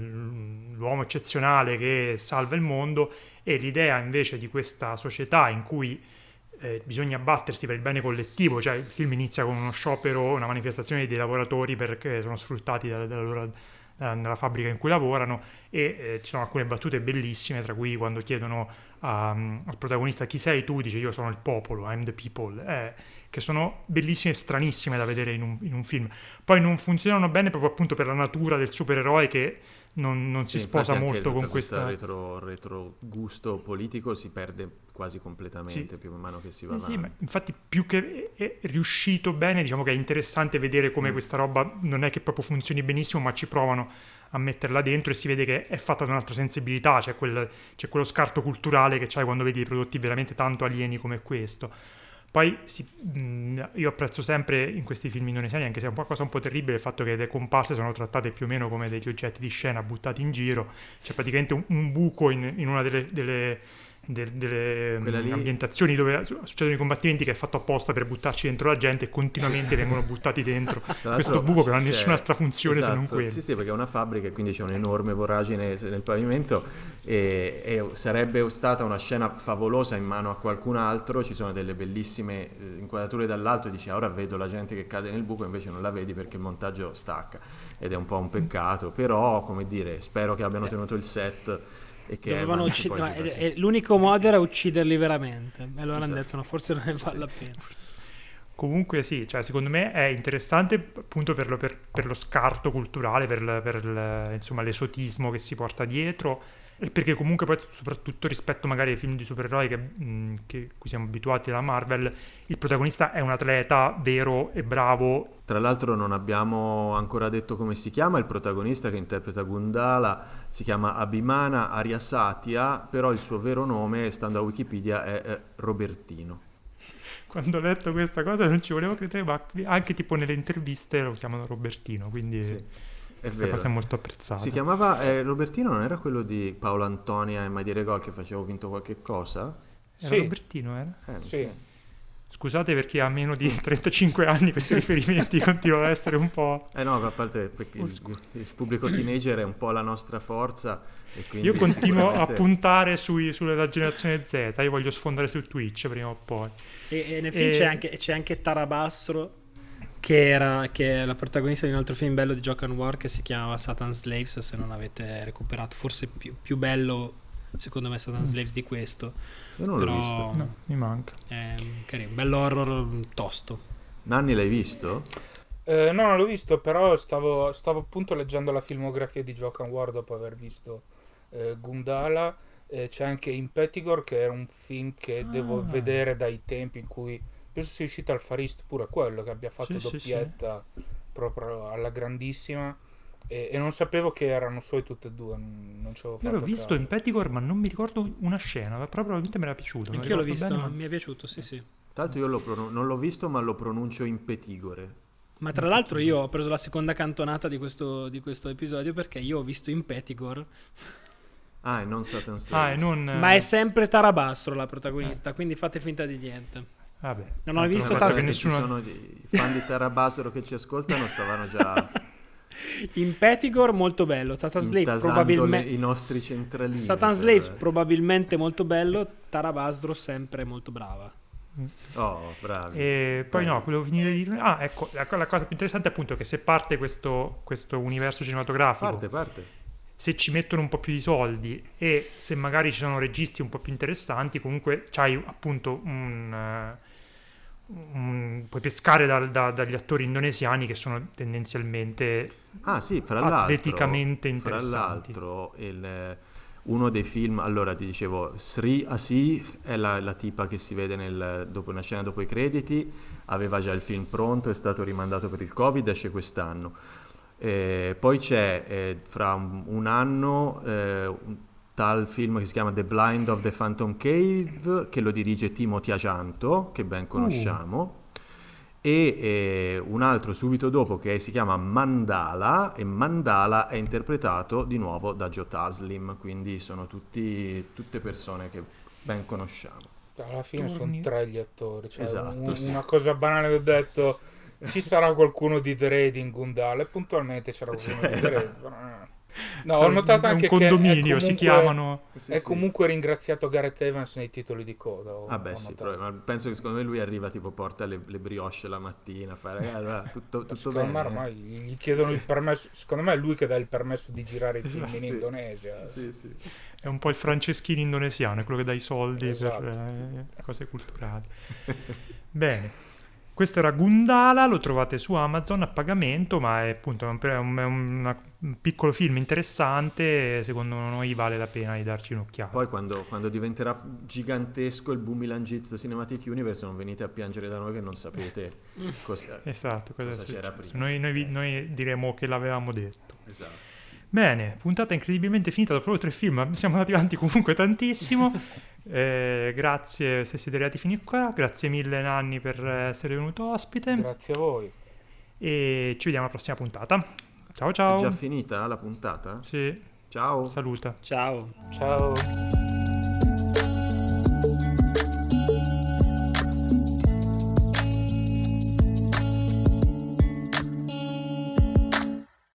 l- l'uomo eccezionale che salva il mondo, e l'idea invece di questa società in cui eh, bisogna battersi per il bene collettivo. Cioè il film inizia con uno sciopero, una manifestazione dei lavoratori perché sono sfruttati dalla, dalla loro, da- nella fabbrica in cui lavorano, e eh, ci sono alcune battute bellissime, tra cui quando chiedono a- al protagonista chi sei tu, dice io sono il popolo, I'm the people, eh, che sono bellissime e stranissime da vedere in un, in un film. Poi non funzionano bene proprio appunto per la natura del supereroe, che non, non si Sì, sposa infatti anche molto tutta con questa... retro, retro gusto politico si perde quasi completamente Sì. più man mano che si va Eh sì, avanti. ma infatti più che è è riuscito bene, diciamo che è interessante vedere come Mm. questa roba non è che proprio funzioni benissimo, ma ci provano a metterla dentro, e si vede che è fatta da un'altra sensibilità. C'è, quel, c'è quello scarto culturale che c'hai quando vedi dei prodotti veramente tanto alieni come questo. Poi si- mh, io apprezzo sempre in questi film indonesiani, anche se è un po' una cosa un po' terribile, il fatto che le comparse sono trattate più o meno come degli oggetti di scena buttati in giro. C'è praticamente un, un buco in, in una delle, delle, del- delle Quella mh, lì- ambientazioni dove su- succedono i combattimenti, che è fatto apposta per buttarci dentro la gente, e continuamente vengono buttati dentro Tra l'altro, questo buco che non ha cioè, nessun'altra funzione se non esatto, quella. Sì, sì, perché è una fabbrica e quindi c'è un'enorme voragine nel pavimento, e, e sarebbe stata una scena favolosa in mano a qualcun altro. Ci sono delle bellissime eh, inquadrature dall'alto, e dici ora vedo la gente che cade nel buco, invece non la vedi perché il montaggio stacca, ed è un po' un peccato. Però, come dire, spero che abbiano tenuto il set e che Dovevano Evans ucci- poi no, si è- faccia- è- l'unico modo era ucciderli veramente, e allora hanno Esatto. detto no, forse non ne vale la pena. Comunque sì, cioè secondo me è interessante appunto per lo, per- per lo scarto culturale, per, il- per il- insomma, l'esotismo che si porta dietro, e perché comunque poi, soprattutto rispetto magari ai film di supereroi che, mh, che cui siamo abituati dalla Marvel, il protagonista è un atleta vero e bravo. Tra l'altro non abbiamo ancora detto come si chiama il protagonista che interpreta Gundala. Si chiama Abhimana Aryasatia, però il suo vero nome, stando a Wikipedia, è, è Robertino. Quando ho letto questa cosa non ci volevo credere, ma anche tipo nelle interviste lo chiamano Robertino, quindi Sì, è questa vero. cosa è molto apprezzata. Si chiamava eh, Robertino, non era quello di Paolo Antonia e Mai Dire Gol che faceva Ho vinto qualche cosa? Era Sì. Robertino, era? Eh, non Sì. so. Scusate perché a meno di trentacinque anni questi riferimenti continuano ad essere un po'... Eh no, a parte perché il, il pubblico teenager è un po' la nostra forza, e quindi Io continuo a sicuramente- puntare sui, sulla generazione Z, io voglio sfondare su Twitch prima o poi. E, e nel film E- c'è, anche, c'è anche Tara Basro, che, era, che è la protagonista di un altro film bello di Joker and War che si chiamava Satan Slaves, se non l'avete recuperato. Forse più, più bello secondo me Satan Slaves di questo. Io non Però l'ho visto. No, mi manca. è carino, bello horror tosto. Nanni, l'hai visto? Eh, no, non l'ho visto, però stavo, stavo appunto leggendo la filmografia di Joker and War dopo aver visto eh, Gundala. Eh, c'è anche Impetigore, che è un film che devo Ah. vedere dai tempi in cui penso sia uscito al Far East, pure quello, che abbia fatto Sì, sì, sì. doppietta proprio alla grandissima, e, e non sapevo che erano suoi tutte e due, non non ci avevo Io l'ho fatto visto caso. in Pettigore, ma non mi ricordo una scena, però probabilmente mi era piaciuto. non Anch'io l'ho ricordo visto, bene, ma- mi è piaciuto, sì sì. Tra l'altro io lo pronun- non l'ho visto, ma lo pronuncio Impetigore. Ma tra l'altro io ho preso la seconda cantonata di questo, di questo episodio perché io ho visto Impetigore, Ah, e non Satan Slaves. Ah, e non... ma è sempre Tara Basro la protagonista, quindi fate finta di niente. Vabbè. Non ho Tanto visto una sta- cosa che Che ci nessuno... sono i fan di Tarabasero che ci ascoltano stavano già Impetigore molto bello, Satan Slave intasando probabilmente le- i nostri centralini. Satan per- Slave probabilmente molto bello, Tara Basro sempre molto brava. Oh, bravi. E poi no, Bravi. volevo finire di dire... Ah, ecco, la, la cosa più interessante è appunto che se parte questo, questo universo cinematografico, Parte, parte. se ci mettono un po' più di soldi e se magari ci sono registi un po' più interessanti, comunque c'hai appunto un, eh, mm, puoi pescare da- da- dagli attori indonesiani che sono tendenzialmente Ah sì, fra l'altro, atleticamente fra interessanti. l'altro il- uno dei film, allora ti dicevo, Sri Asi è la, la tipa che si vede nel, dopo una scena dopo i crediti, aveva già il film pronto, è stato rimandato per il Covid, esce quest'anno. Eh, poi c'è eh, fra un, un anno eh, un tal film che si chiama The Blind of the Phantom Cave, che lo dirige Timothy Ajanto, che ben conosciamo, e eh, un altro subito dopo che si chiama Mandala, e Mandala è interpretato di nuovo da Joe Taslim, quindi sono tutti, tutte persone che ben conosciamo. Alla fine sono Torni- tre gli attori. Cioè Esatto, un- sì. Una cosa banale che ho detto. Ci sarà qualcuno di The Raid in Gundala e puntualmente c'era qualcuno di The Raid. però, eh. No, ho notato È anche un che è condominio, si comunque- chiamano... Sì, è sì. comunque ringraziato Gareth Evans nei titoli di coda. ho- Ah beh ho sì, notato. però- ma penso che secondo me lui arriva tipo porta le, le brioche la mattina, fa ragazzi, allora, tutto, tutto Secondo bene. me ormai gli chiedono il permesso. Secondo me è lui che dà il permesso di girare i film in Sì. Indonesia. Sì, sì. È un po' il Franceschini indonesiano, è quello che dà i soldi Esatto, per eh, sì. cose culturali. Bene, questo era Gundala, lo trovate su Amazon a pagamento, ma è appunto un, è un- è una- un piccolo film interessante, secondo noi vale la pena di darci un'occhiata. Poi quando, quando diventerà gigantesco il Bumilangit Cinematic Universe non venite a piangere da noi che non sapete cosa, Esatto, cosa, cosa è c'era successo. prima. Noi, noi vi- noi diremo che l'avevamo detto. Esatto. Bene, puntata incredibilmente finita dopo proprio tre film, ma siamo andati avanti comunque tantissimo. Eh, grazie se siete arrivati fino qua, grazie mille Nanni per essere venuto ospite Grazie a voi. e ci vediamo alla prossima puntata. Ciao È ciao. già finita la puntata? Sì, Ciao. saluta. Ciao. Ciao.